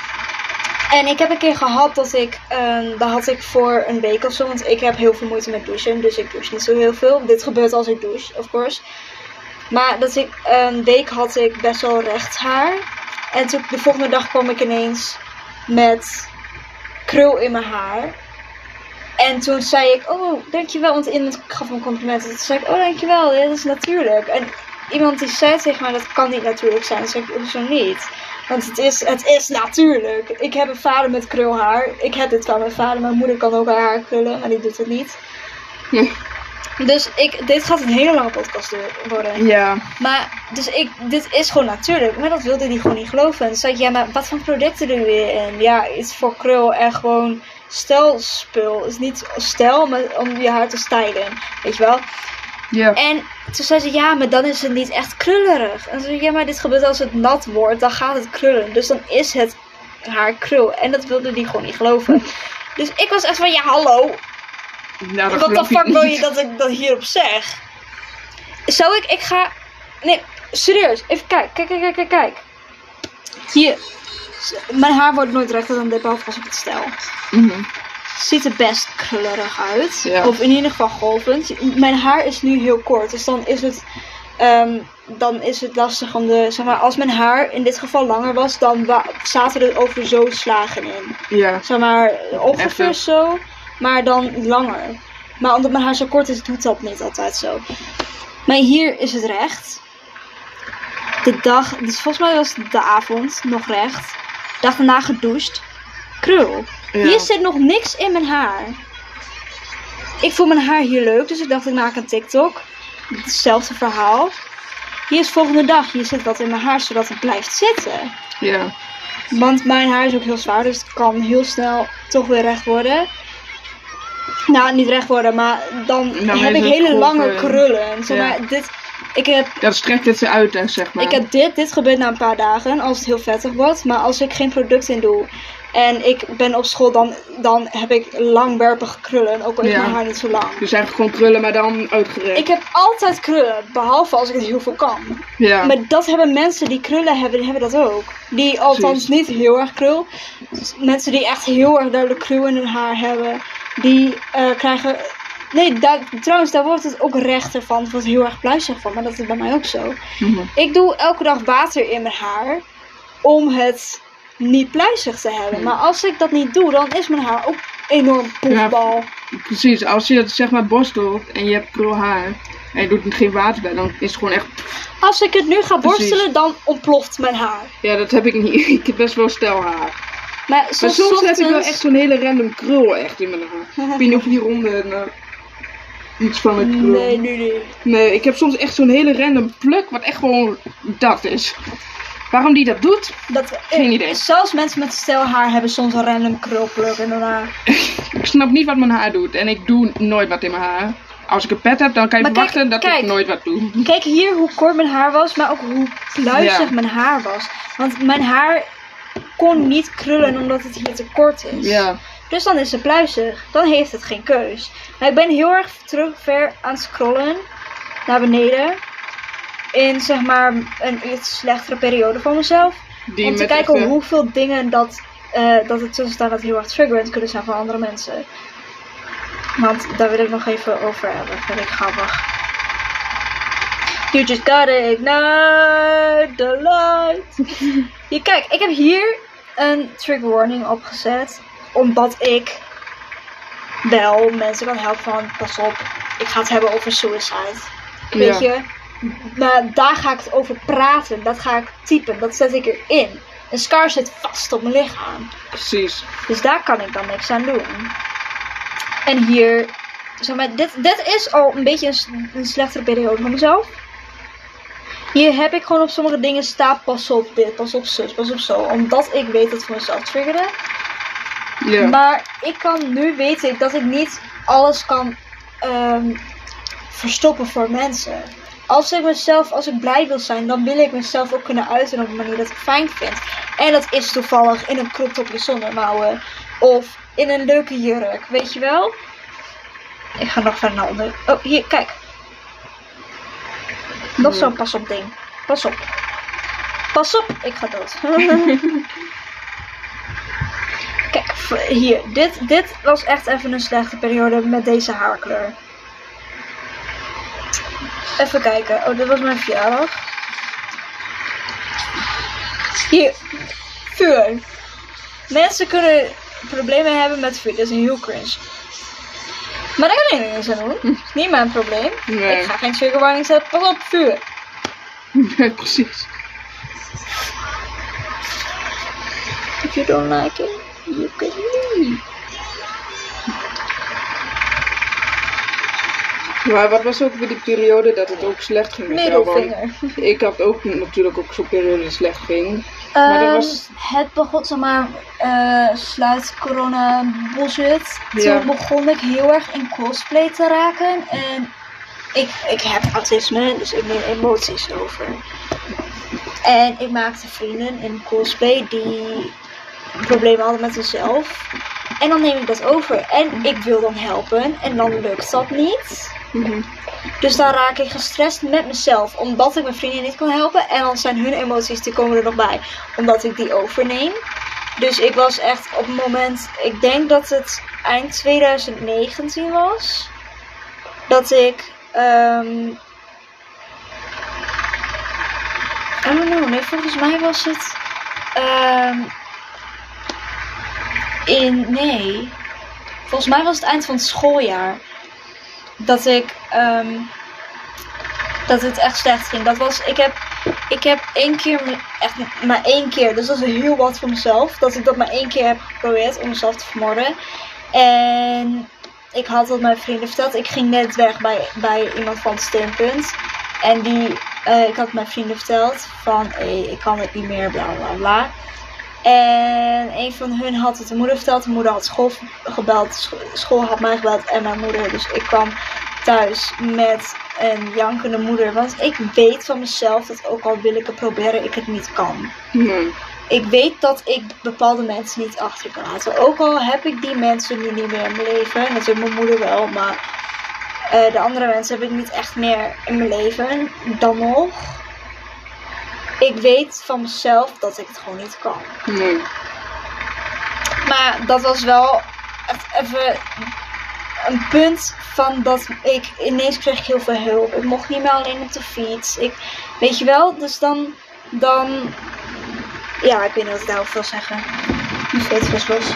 En ik heb een keer gehad dat ik, um, dat had ik voor een week of zo, want ik heb heel veel moeite met douchen, dus ik douche niet zo heel veel. Dit gebeurt als ik douche, of course. Maar dat ik, een week had ik best wel recht haar. En toen de volgende dag kwam ik ineens met krul in mijn haar. En toen zei ik, oh, dankjewel, want iemand gaf me een compliment. En toen zei ik, oh, dankjewel, ja, dat is natuurlijk. En iemand die zei tegen mij, dat kan niet natuurlijk zijn. Toen zei ik, hoezo niet? Want het is, het is natuurlijk. Ik heb een vader met krulhaar. Ik heb dit van mijn vader. Mijn moeder kan ook haar haar krullen, maar die doet het niet. Nee. Dus ik, dit gaat een hele lange podcast worden. Ja. Maar, dus ik, dit is gewoon natuurlijk. Maar dat wilde hij gewoon niet geloven. En toen zei ik, ja, maar wat voor producten doe je in? Ja, iets voor krul en gewoon stelspul. Het is niet stijl, maar om je haar te stylen. Weet je wel? Ja. En toen zei ze, ja, maar dan is het niet echt krullerig. En toen zei ik, ja, maar dit gebeurt als het nat wordt, dan gaat het krullen. Dus dan is het haar krul. En dat wilde die gewoon niet geloven. Dus ik was echt van, ja, hallo. Nou, dat Wat de geloof ik fuck wil je niet. dat ik dat hierop zeg? Zou ik, ik ga... Nee, serieus. Even kijk, kijk, kijk, kijk, kijk, kijk. Hier. Mijn haar wordt nooit rechter dan dit, behalve als ik het stel. Mhm. Ziet er best kleurig uit. Ja. Of in ieder geval golvend. Mijn haar is nu heel kort. Dus dan is het... ehm, dan is het lastig om de... Zeg maar, als mijn haar in dit geval langer was, dan wa- zaten er over zo slagen in. Ja. Zeg maar, ongeveer Echt? zo. Maar dan langer. Maar omdat mijn haar zo kort is, doet dat niet altijd zo. Maar hier is het recht. De dag... Dus volgens mij was het de avond nog recht. De dag daarna gedoucht. Krul. Ja. Hier zit nog niks in mijn haar. Ik vond mijn haar hier leuk, dus ik dacht ik maak een TikTok. Hetzelfde verhaal. Hier is volgende dag. Hier zit wat in mijn haar, zodat het blijft zitten. Ja. Want mijn haar is ook heel zwaar, dus het kan heel snel toch weer recht worden. Nou, niet recht worden, maar dan Dan heb is ik het hele lange golven. krullen. Zeg Ja. maar, dit, ik heb Dat strekt het ze uit, hè, zeg maar. Ik heb dit, dit gebeurt na een paar dagen als het heel vettig wordt. Maar als ik geen product in doe en ik ben op school, dan, dan heb ik langwerpige krullen. Ook al is Ja. mijn haar niet zo lang. Dus eigenlijk gewoon krullen, maar dan uitgerekt. Ik heb altijd krullen, behalve als ik het heel veel kan. Ja. Maar dat hebben mensen die krullen hebben, die hebben dat ook. Die althans niet heel erg krul. Dus mensen die echt heel erg duidelijk krul in hun haar hebben, die eh, krijgen... Nee, daar, trouwens, daar wordt het ook rechter van. Het wordt heel erg pluizig van, maar dat is bij mij ook zo. Mhm. Ik doe elke dag water in mijn haar om het niet pluizig te hebben. Maar als ik dat niet doe, dan is mijn haar ook enorm poefbal. Precies, als je het zeg maar borstelt en je hebt krul haar en je doet er geen water bij, dan is het gewoon echt... Als ik het nu ga Precies. borstelen, dan ontploft mijn haar. Ja, dat heb ik niet. Ik heb best wel stijl haar. Maar Maar soms, soms heb ik wel ochtends- echt zo'n hele random krul echt in mijn haar. Ik weet niet of die ronde nou, iets van een krul. Nee, nee, nee. Nee, ik heb soms echt zo'n hele random pluk wat echt gewoon dat is. Waarom die dat doet? Dat, Geen eh, idee. Zelfs mensen met stijl haar hebben soms een random krulpluk en daarna... Ik snap niet wat mijn haar doet en ik doe nooit wat in mijn haar. Als ik een pet heb, dan kan je Maar kijk, verwachten dat kijk. ik nooit wat doe. Kijk hier hoe kort mijn haar was, maar ook hoe pluizig Ja. mijn haar was. Want mijn haar kon niet krullen omdat het hier te kort is. Ja, Dus dan is het pluizig. Dan heeft het geen keus. Maar ik ben heel erg terug ver aan het scrollen. Naar beneden. In zeg maar een iets slechtere periode van mezelf. die om te met kijken echt, eh, hoeveel dingen dat, eh dat er tussen staan dat heel erg triggerend kunnen zijn voor andere mensen. Want daar wil ik nog even over hebben. Vind ik grappig. You just gotta ignite the light. Hier, kijk, ik heb hier een trigger warning opgezet. Omdat ik wel mensen kan helpen van, pas op, ik ga het hebben over suicide. Weet Ja. je? Maar daar ga ik het over praten. Dat ga ik typen. Dat zet ik erin. Een scar zit vast op mijn lichaam. Precies. Dus daar kan ik dan niks aan doen. En hier, zeg maar, dit, dit is al een beetje een, s- een slechtere periode van mezelf. Hier heb ik gewoon op sommige dingen staan, pas op dit, pas op zus, pas op zo. Omdat ik weet dat het voor mezelf triggerde. Ja. Maar ik kan, nu weet ik dat ik niet alles kan ehm, verstoppen voor mensen. Als ik mezelf, als ik blij wil zijn, dan wil ik mezelf ook kunnen uiten op een manier dat ik fijn vind. En dat is toevallig in een crop topje zonder mouwen. Of in een leuke jurk, weet je wel? Ik ga nog verder naar onder. Oh, hier, kijk. Nog Ja. zo'n pas op ding. Pas op. Pas op, ik ga dood. Kijk, v- hier. Dit, dit was echt even een slechte periode met deze haarkleur. Even kijken. Oh, dit was mijn verjaardag. Hier. Vuur. Mensen kunnen problemen hebben met vuur. Dat is heel cringe. Maar daar kan ik niks aan doen. Dat is niet mijn probleem. Nee. Ik ga geen trigger warning zetten. Pas op, vuur. Ja, precies. If you don't like it, you can leave. Maar wat was ook weer die periode dat het ook slecht ging met jou? Want Middelvinger. ik had ook natuurlijk ook zo'n periode die slecht ging. Maar dat Ehm, was- Het begon, zeg maar, eh, sluit corona bullshit. Ja. Toen begon ik heel erg in cosplay te raken. En ik, ik heb autisme, dus ik neem emoties over. En ik maakte vrienden in cosplay die problemen hadden met zichzelf. En dan neem ik dat over. En ik wil dan helpen. En dan lukt dat niet. Mhm. Dus dan raak ik gestrest met mezelf. Omdat ik mijn vrienden niet kan helpen. En dan zijn hun emoties, die komen er nog bij. Omdat ik die overneem. Dus ik was echt op het moment. Ik denk dat het eind twintig negentien was. Dat ik. ehm I don't know. Nee, volgens mij was het. ehm in. Nee. Volgens mij was het eind van het schooljaar. Dat ik. ehm, dat het echt slecht ging. Dat was. Ik heb. Ik heb één keer. me- Echt maar één keer. Dus dat is heel wat voor mezelf. Dat ik dat maar één keer heb geprobeerd om mezelf te vermoorden. En. Ik had dat mijn vrienden verteld. Ik ging net weg bij, bij iemand van het steunpunt. En die. eh, ik had mijn vrienden verteld. Van. Hey, ik kan het niet meer. Bla bla bla. En een van hun had het de moeder verteld. De moeder had school gebeld. Scho- School had mij gebeld en mijn moeder. Dus ik kwam thuis met een jankende moeder. Want ik weet van mezelf dat ook al wil ik het proberen, ik het niet kan. Nee. Ik weet dat ik bepaalde mensen niet achter kan laten. Ook al heb ik die mensen nu niet meer in mijn leven. Natuurlijk mijn moeder wel, maar eh, de andere mensen heb ik niet echt meer in mijn leven. Dan nog. Ik weet van mezelf dat ik het gewoon niet kan. Nee. Maar dat was wel echt even een punt van dat ik ineens kreeg ik heel veel hulp. Ik mocht niet meer alleen op de fiets. Ik, weet je wel, dus dan, dan, ja, ik weet niet wat ik daarover wil zeggen. Steeds was los.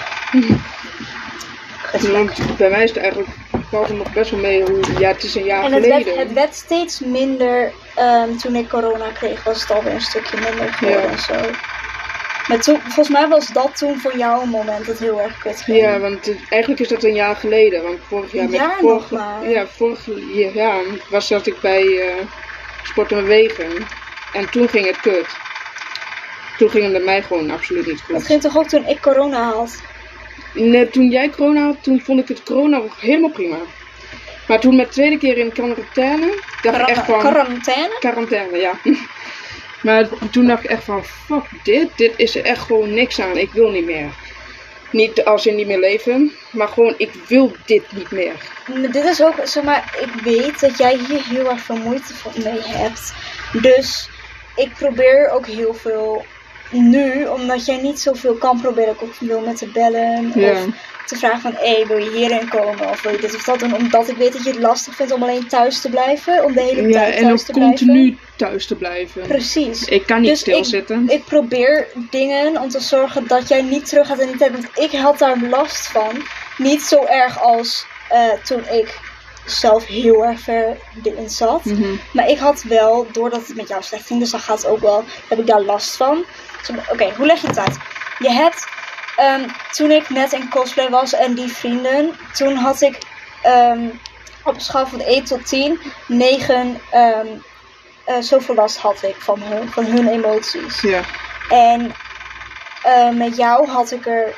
Want bij mij is het eigenlijk, valt het nog best wel mee hoe, ja, het is een jaar En het geleden. werd, het werd steeds minder, ehm, toen ik corona kreeg was het alweer een stukje minder geworden Ja. en zo. Maar toen, volgens mij was dat toen voor jou een moment dat heel erg kut ging. Ja, want het, eigenlijk is dat een jaar geleden. Want vorig jaar... Een met jaar vorig, nog maar. Ja, vorig jaar was zat ik bij uh, Sport en Bewegen. En toen ging het kut. Toen ging het met mij gewoon absoluut niet goed. Dat ging toch ook toen ik corona had? Nee, toen jij corona had, toen vond ik het corona helemaal prima. Maar toen met de tweede keer in quarantaine, dacht ik echt van... Quarantaine? Quarantaine, ja. Maar toen dacht ik echt van, fuck dit, dit is er echt gewoon niks aan, ik wil niet meer. Niet als in niet meer leven, maar gewoon ik wil dit niet meer. Maar dit is ook, zeg maar, ik weet dat jij hier heel erg veel moeite mee hebt. Dus ik probeer ook heel veel nu, omdat jij niet zoveel kan, probeer ik ook veel met te bellen. Ja. Of te vragen van, hé, hey, wil je hierin komen? Of wil je dit of dat doen? Omdat ik weet dat je het lastig vindt om alleen thuis te blijven. Om de hele Ja, tijd en thuis ook te blijven. continu thuis te blijven. Precies. Ik kan niet Dus stilzitten. Ik, ik probeer dingen om te zorgen dat jij niet terug gaat in die tijd. Want ik had daar last van. Niet zo erg als uh, toen ik zelf heel erg ver erin zat. Mm-hmm. Maar ik had wel, doordat het met jou slecht ging, dus dan gaat het ook wel, heb ik daar last van. Dus, Oké, okay, hoe leg je het uit? Je hebt, um, toen ik net in cosplay was en die vrienden, toen had ik um, op een schaal van één tot tien, negen, um, uh, zoveel last had ik van hun, van hun emoties. Ja. En uh, met jou had ik er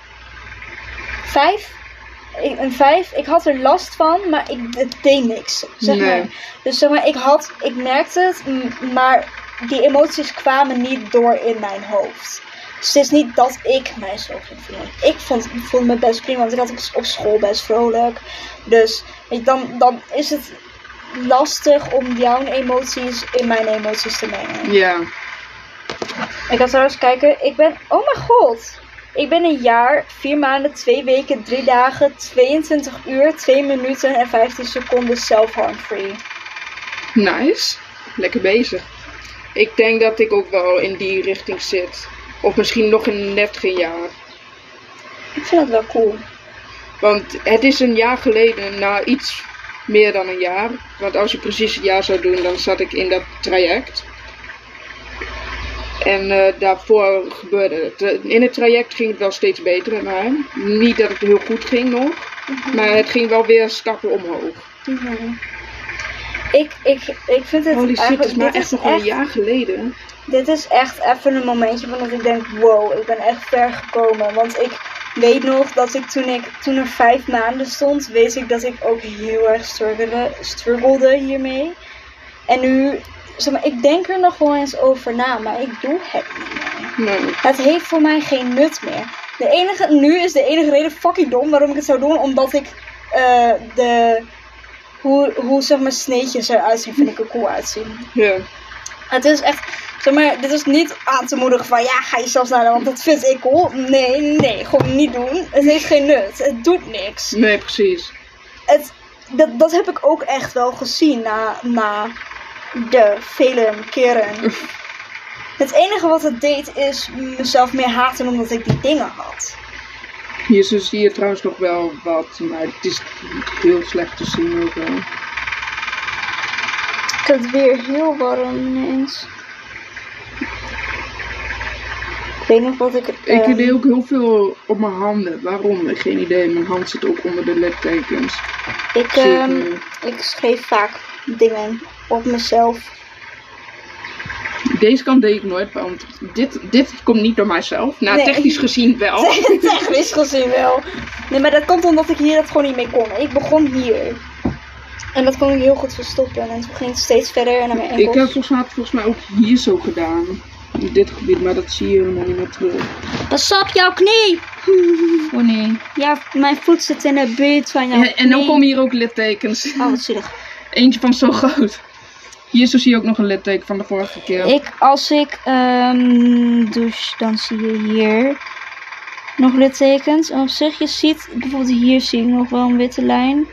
vijf. Ik, een vijf. Ik had er last van, maar ik, het deed niks. Zeg Nee. maar. Dus zeg maar, ik had, ik merkte het, m- maar die emoties kwamen niet door in mijn hoofd. Dus het is niet dat ik mij zo ging voelen. Ik vond, voelde me best prima, want ik had op, op school best vrolijk. Dus weet je, dan, dan is het lastig om jouw emoties in mijn emoties te mengen. Ja. Ik ga trouwens kijken. Ik ben, oh mijn god. Ik ben een jaar, vier maanden, twee weken, drie dagen, tweeëntwintig uur, twee minuten en vijftien seconden self-harm free. Nice. Lekker bezig. Ik denk dat ik ook wel in die richting zit. Of misschien nog in net geen jaar. Ik vind dat wel cool. Want het is een jaar geleden, na iets meer dan een jaar. Want als je precies het jaar zou doen, dan zat ik in dat traject. En uh, daarvoor gebeurde het. In het traject ging het wel steeds beter met mij. Niet dat het heel goed ging nog. Mm-hmm. Maar het ging wel weer stappen omhoog. Mm-hmm. Ik, ik, ik vind het Holy shit, eigenlijk... het is maar dit echt is nog echt, een jaar geleden. Dit is echt even een momentje van dat ik denk, wow, ik ben echt ver gekomen. Want ik weet nog dat ik toen, ik toen er vijf maanden stond, weet ik dat ik ook heel erg struggelde, struggelde hiermee. En nu, zeg maar, ik denk er nog wel eens over na, maar ik doe het niet meer. Nee. Het heeft voor mij geen nut meer. De enige, nu is de enige reden fucking dom waarom ik het zou doen, omdat ik uh, de, hoe, hoe zeg maar sneetjes eruit zien, vind ik er cool uitzien. Ja. Het is echt, zeg maar, dit is niet aan te moedigen van, ja, ga jezelf naar, want dat vind ik cool. Nee, nee, gewoon niet doen. Het heeft geen nut. Het doet niks. Nee, precies. Het, dat, dat heb ik ook echt wel gezien na, na de vele keren. Het enige wat het deed is mezelf meer haten omdat ik die dingen had. Hier zo zie je trouwens nog wel wat, maar het is heel slecht te zien ook wel. Ik heb het weer heel warm ineens. Ik weet nog wat ik... Ik um, deed ook heel veel op mijn handen. Waarom? Ik geen idee. Mijn hand zit ook onder de littekens. Ik, um, ik schreef vaak dingen op mezelf. Deze kant deed ik nooit, want dit, dit komt niet door mijzelf. Nou, nee. technisch gezien wel. Technisch gezien wel. Nee, maar dat komt omdat ik hier het gewoon niet mee kon. Ik begon hier. En dat kon ik heel goed verstoppen. En toen ging het steeds verder naar mijn enkels. Ik heb volgens mij, volgens mij ook hier zo gedaan. In dit gebied, maar dat zie je helemaal niet meer terug. Pas op jouw knie! Oh nee. Ja, mijn voet zit in de buurt van jouw Ja, en dan komen hier ook littekens. Oh, wat zielig. Eentje van zo groot. Hier zo zie je ook nog een litteken van de vorige keer. Ik, als ik um, douche, dan zie je hier nog littekens. En op zich, je ziet, bijvoorbeeld hier zie ik nog wel een witte lijn.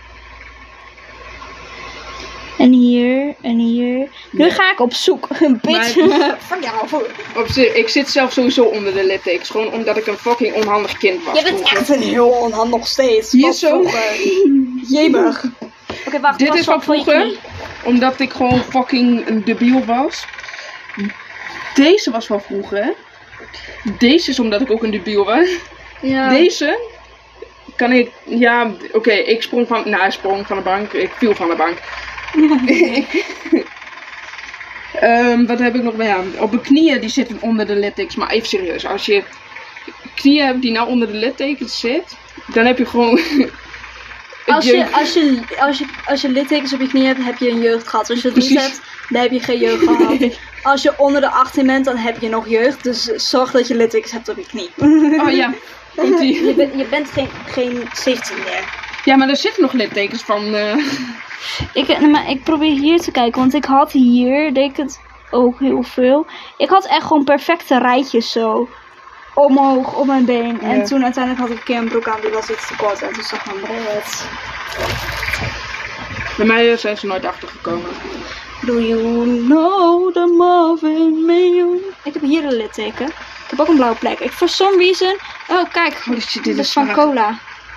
En hier, en hier. Nu ja. ga ik op zoek. Een beetje Maar... van jou. Op zich, ik zit zelf sowieso onder de littekens. Gewoon omdat ik een fucking onhandig kind was. Je bent vroeger. echt een heel onhandig steeds. Hier zo. Jemig. Oké, okay, wacht. Dit is van vroeger. Omdat ik gewoon fucking een debiel was. Deze was van vroeger. Deze is omdat ik ook een debiel was. Ja. Deze kan ik, ja, oké, okay, ik sprong van, nou, ik sprong van de bank, ik viel van de bank. um, wat heb ik nog meer? Ja, op mijn knieën, die zitten onder de littekens, maar even serieus, als je knieën hebt die nou onder de littekens zit, dan heb je gewoon... Als je, als, je, als, je, als je littekens op je knie hebt, heb je een jeugd gehad. Als je het niet hebt, dan heb je geen jeugd gehad. Als je onder de achttien bent, dan heb je nog jeugd. Dus zorg dat je littekens hebt op je knie. Oh ja. Je, ben, je bent geen, geen zeventien meer. Ja, maar er zitten nog littekens van... Uh... Ik, maar ik probeer hier te kijken, want ik had hier, deed ik het ook heel veel. Ik had echt gewoon perfecte rijtjes zo. Omhoog op mijn been. Ja. En toen uiteindelijk had ik een keer een broek aan, die was iets te kort. En toen zag mijn breed. Bij mij zijn ze nooit achtergekomen. Do you know the Marvin Million? Ik heb hier een litteken. Ik heb ook een blauwe plek. Ik for some reason... Oh, kijk. Holy shit, dit is is van zwaar. cola.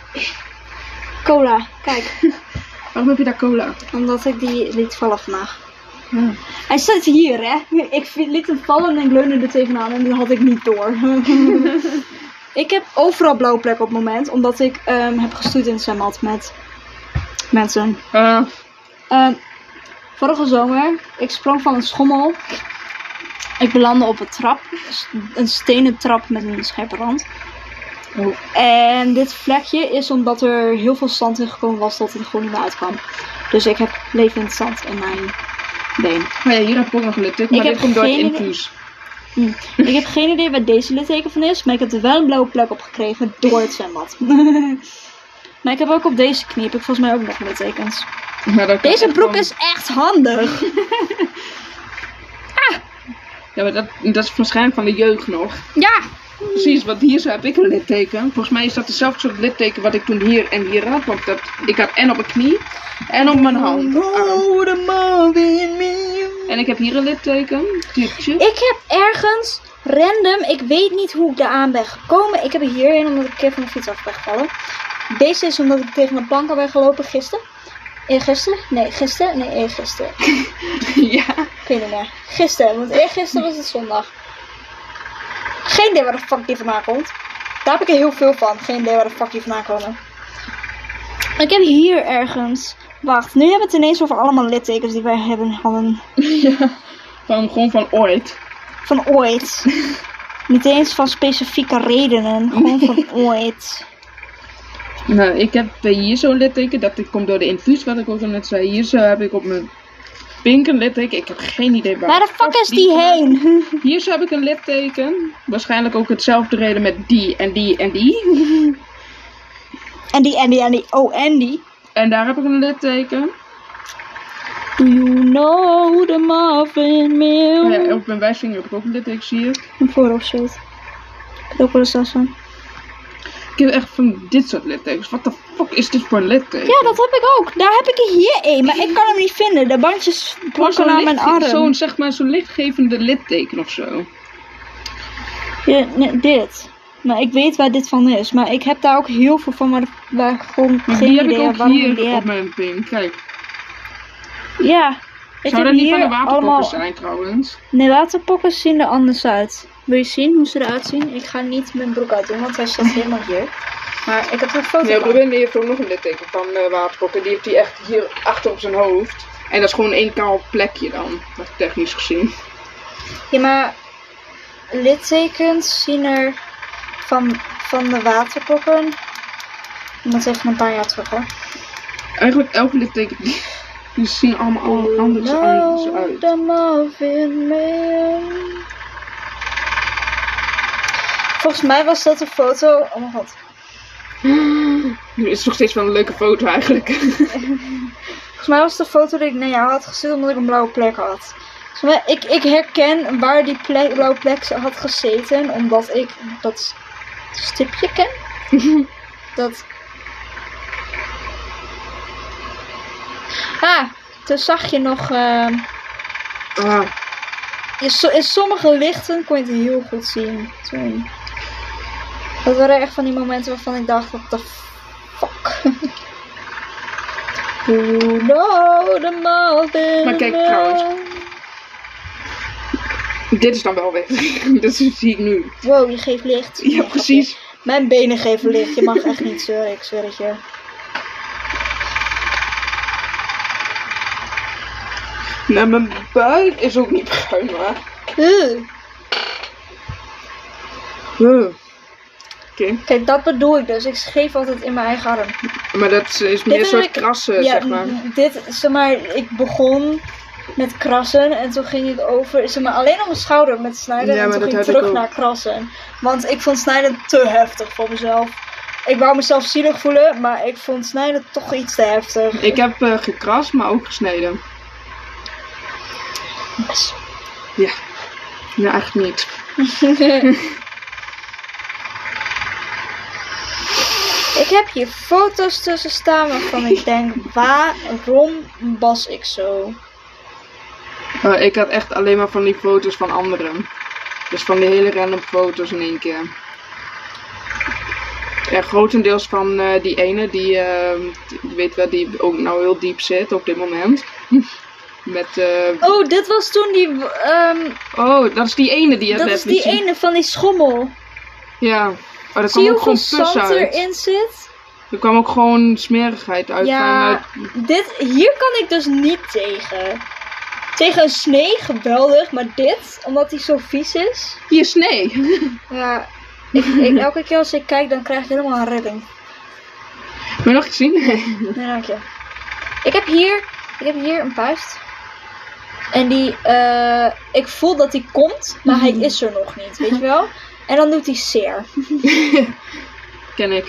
Cola, kijk. Waarom heb je daar cola? Omdat ik die liet vallen vandaag. Hmm. Hij staat hier, hè. Ik liet hem vallen en ik leunde er tegenaan en dat had ik niet door. Ik heb overal blauwe plekken op het moment, omdat ik um, heb gestoeid in het zwembad met mensen. Uh. Um, vorige zomer, ik sprong van een schommel. Ik belandde op een trap, een stenen trap met een scherpe rand. Oh. En dit vlekje is omdat er heel veel zand in gekomen was dat het er gewoon niet meer uitkwam. Dus ik heb levend zand in mijn been. Maar ja, hier heb ik ook nog een litteken, maar dit komt door het infuus. Hm. Ik heb geen idee waar deze litteken van is, maar ik heb er wel een blauwe plek op gekregen door het zwembad. Maar ik heb ook op deze knie, heb ik volgens mij ook nog littekens. Deze broek gewoon... is echt handig. Ah! Ja, maar dat, dat is waarschijnlijk van de jeugd nog. Ja! Precies, want hier zo heb ik een litteken. Volgens mij is dat dezelfde soort litteken wat ik toen hier en hier had. Want dat, ik had en op mijn knie en op mijn hand. Oh, de Marvin Million. En ik heb hier een litteken. Tjutje. Ik heb ergens random, ik weet niet hoe ik daaraan ben gekomen. Ik heb er hierheen omdat ik een keer van de fiets af ben gevallen. Deze is omdat ik tegen een plank al ben gelopen gisteren. Eergisteren? Nee, gisteren? Nee, eergisteren. Ja. Ik weet niet meer. Gisteren, want eergisteren was het zondag. Geen idee waar de fuck die vandaan komt. Daar heb ik er heel veel van. Geen idee waar de fuck die vandaan komen. Ik heb hier ergens... Wacht, nu hebben we het ineens over allemaal littekens die wij hebben hadden. Ja, van, gewoon van ooit. Van ooit. Niet eens van specifieke redenen. Gewoon van ooit. Nou, ik heb hier zo'n litteken. Dat komt door de infuus, wat ik ook al net zei. Hier zo heb ik op mijn pink een litteken. Ik heb geen idee waar. Waar de fuck is die heen? Hier zo heb ik een litteken. Waarschijnlijk ook hetzelfde reden met die en die en die. En die en die en die. Oh, en die. En daar heb ik een litteken. Do you know the Marvin Million? Ja, op mijn wijsvinger heb ik ook een litteken, zie je. Een voorhoofdshit. Ik heb ook wel eens last van. Ik heb echt van dit soort littekens. Wat de fuck is dit voor een litteken? Ja, dat heb ik ook. Daar heb ik er hier één, maar ik kan hem niet vinden. De bandjes plakken aan mijn arm. Zo'n, zeg maar, zo'n lichtgevende litteken of zo. Ja, nee, dit. Maar ik weet waar dit van is. Maar ik heb daar ook heel veel van, maar waar gewoon maar geen die heb idee ik ook waarom hier ik die op heb. mijn pink. Kijk. Ja. Ik Zou heb dat niet van de hier waterpokken allemaal... zijn trouwens? Nee, waterpokken zien er anders uit. Wil je zien hoe ze eruit zien? Ik ga niet mijn broek uitdoen, want hij staat helemaal hier. Maar ik heb er een foto Nee, van. Ruben die heeft ook nog een litteken van uh, waterpokken. Die heeft hij echt hier achter op zijn hoofd. En dat is gewoon één kaal plekje dan. Technisch gezien. Ja, maar littekens zien er van, van de waterpokken. Dat is even een paar jaar terug hoor. Eigenlijk elke litteken die, die zien allemaal anders uit. The Marvin Million. Volgens mij was dat een foto. Oh mijn god. Het is nog steeds wel een leuke foto eigenlijk. Volgens mij was het de foto die ik naar jou had gestuurd omdat ik een blauwe plek had. Dus ik, ik herken waar die plek, blauwe plek had gezeten omdat ik dat stipje ken. Dat. Ah, toen zag je nog. Uh, ah. in, so, in sommige lichten kon je het heel goed zien. Toen. Dat waren echt van die momenten waarvan ik dacht, what the fuck. You know the Marvin. Maar kijk trouwens. Dit is dan wel weg. Dat zie ik nu. Wow, je geeft licht. Ja, Nee, precies. grapje. Mijn benen geven licht. Je mag echt niet zeuren, ik zweer het je. Nou, mijn buik is ook niet bruin, maar... Uh. Uh. Oké. Kijk, dat bedoel ik dus. Ik geef altijd in mijn eigen arm. Maar dat is meer een heb soort ik- krassen, ja, zeg maar. m- dit, zeg maar, ik begon met krassen en toen ging het over, zeg maar, alleen op mijn schouder met snijden Ja, en maar toen dat ging ik heb ik terug ook. naar krassen. Want ik vond snijden te heftig voor mezelf. Ik wou mezelf zielig voelen, maar ik vond snijden toch iets te heftig. Ik heb eh, gekrast, maar ook gesneden. Yes. Ja. Ja, eigenlijk niet. Ik heb hier foto's tussen staan waarvan ik denk, waarom was ik zo? Eh, ik had echt alleen maar van die foto's van anderen. Dus van die hele random foto's in één keer. Ja, grotendeels van eh, die ene die, eh, die, je weet wel, die ook nou heel diep zit op dit moment. Met, eh, Oh, dit was toen die, ehm, oh, dat is die ene die je dat net is liet die zien. ene van die schommel. Ja, oh, dat Zie kwam je ook gewoon hoeveel pus zand uit. erin zit? Er kwam ook gewoon smerigheid uit. Ja, Van, dit, hier kan ik dus niet tegen. Tegen een snee, geweldig, maar dit, omdat hij zo vies is. uh, hier, snee. Ja, ik, ik, elke keer als ik kijk, dan krijg ik helemaal een redding. Wil je nog iets zien? Nee, dank je. Ik heb hier, ik heb hier een puist. En die, eh, ik voel dat hij komt, maar hij is er nog niet, weet je wel? En dan doet hij zeer. Ken ik.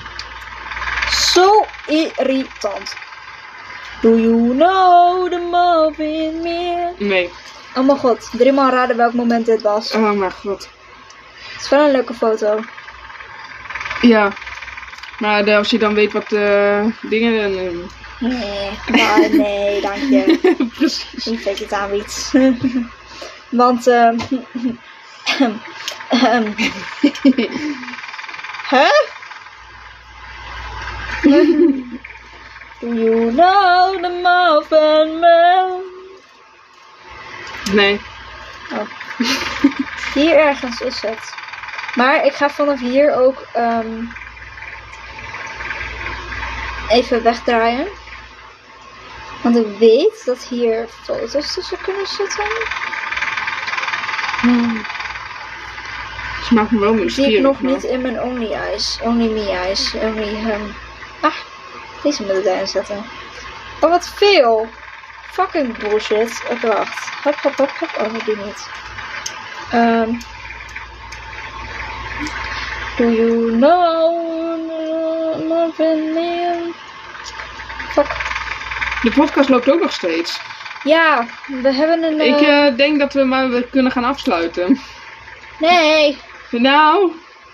Zo irritant. Do you know the Marvin Meer? Nee. Oh mijn god, drie maal raden welk moment dit was. Oh mijn god. Het is wel een leuke foto. Ja. Maar de- als je dan weet wat de dingen... eh, Nee, maar nee, dank je. Precies. Niet dat je het aanbiedt. Want, ehm... ehm, Huh? Do you know the Muffin Man? Nee. Oh. Hier ergens is het. Maar ik ga vanaf hier ook ehm, even wegdraaien. Want ik weet dat hier foto's tussen kunnen zitten. Hmm. Ze maakt me wel Die nieuwsgierig. ik nog maar- niet in mijn Only Eyes. Only Me Eyes. Only um... Ah, deze moet ik erin zetten. Oh, wat veel. Fucking bullshit. Oké, wacht. Hop, hop, hop, hop. Oh, die niet. Ehm... Do you know Marvin Man? Fuck. De podcast loopt ook nog steeds. Ja, we hebben een... Ik eh, eh, denk dat we maar weer kunnen gaan afsluiten. Nee. Nou,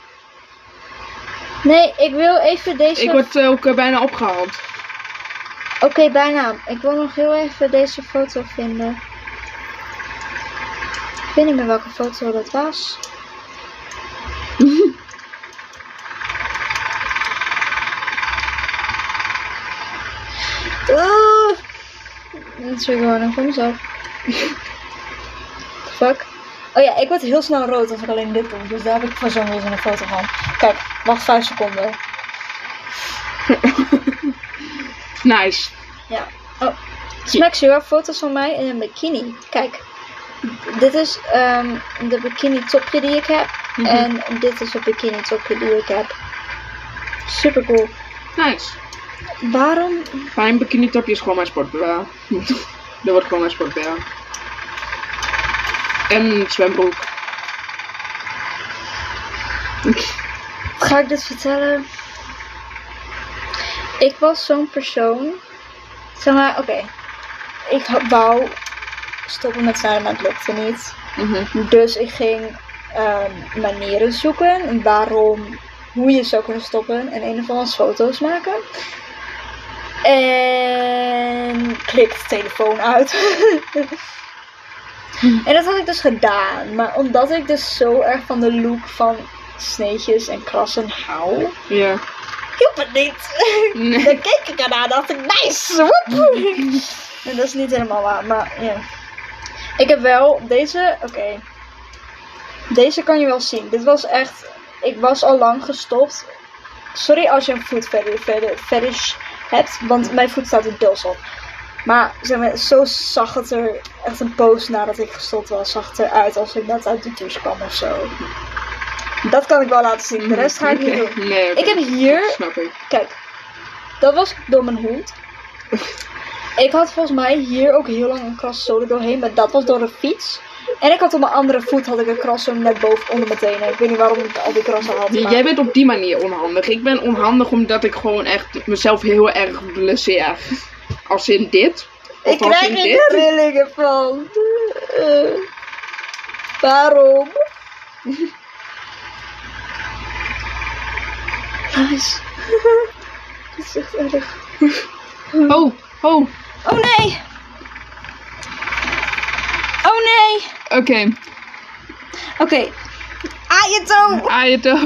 Nee, ik wil even deze... ik word eh, ook eh, bijna opgehaald. Oké, bijna. Ik wil nog heel even deze foto vinden. Ik weet niet meer welke foto dat was. Oeh. Dat is weer gewoon voor mezelf. Fuck. Oh ja, ik word heel snel rood als ik alleen dit doe. Dus daar heb ik voor zo'n wezen een foto van. Kijk, wacht vijf seconden. Nice. Ja. Oh. Smack you foto's van mij in een bikini. Kijk. Dit is ehm, de bikini topje die ik heb. Mhm. En dit is het bikini topje die ik heb. Super cool. Nice. Waarom? Mijn bikini topje is gewoon mijn sport B H. Dat wordt gewoon mijn sport B H. En een zwembroek. Ga ik dit vertellen? Ik was zo'n persoon. Zeg maar, oké. Ik ha- wou stoppen met snijden, maar het lukte niet. Mhm. Dus ik ging ehm, manieren zoeken. Waarom, hoe je zou kunnen stoppen. En een of andere foto's maken. En klikt de telefoon uit. En dat had ik dus gedaan. Maar omdat ik dus zo erg van de look van sneetjes en krassen hou, Ja. hielp het niet. Nee. Dan keek ik ernaar en dacht ik, nice, woep. En dat is niet helemaal waar, maar ja. Ik heb wel deze, oké. Deze kan je wel zien. Dit was echt... Ik was al lang gestopt. Sorry als je een food fetish hebt. Want mijn voet staat er deels op. Maar zeg maar, zo zag het er... Echt een post nadat ik gestopt was. Zag het eruit als ik net uit de douche kwam of zo. Dat kan ik wel laten zien. De rest ga ik niet doen. Nee, okay. Ik heb hier... Snap ik. Kijk. Dat was door mijn hond. Ik had volgens mij hier ook heel lang een kraszolen doorheen. Maar dat was door de fiets. En ik had op mijn andere voet had ik een kras zo net boven onder mijn tenen. Ik weet niet waarom ik al die krassen had. Maar... Jij bent op die manier onhandig. Ik ben onhandig omdat ik gewoon echt mezelf heel erg blesseer. Als in dit. Of ik krijg er trillingen van. Uh, waarom? Nice. Dit is echt erg. Oh, oh. Oh nee. Oh nee. Oké. Oké. Okay. Aan je toon. Aan je toon.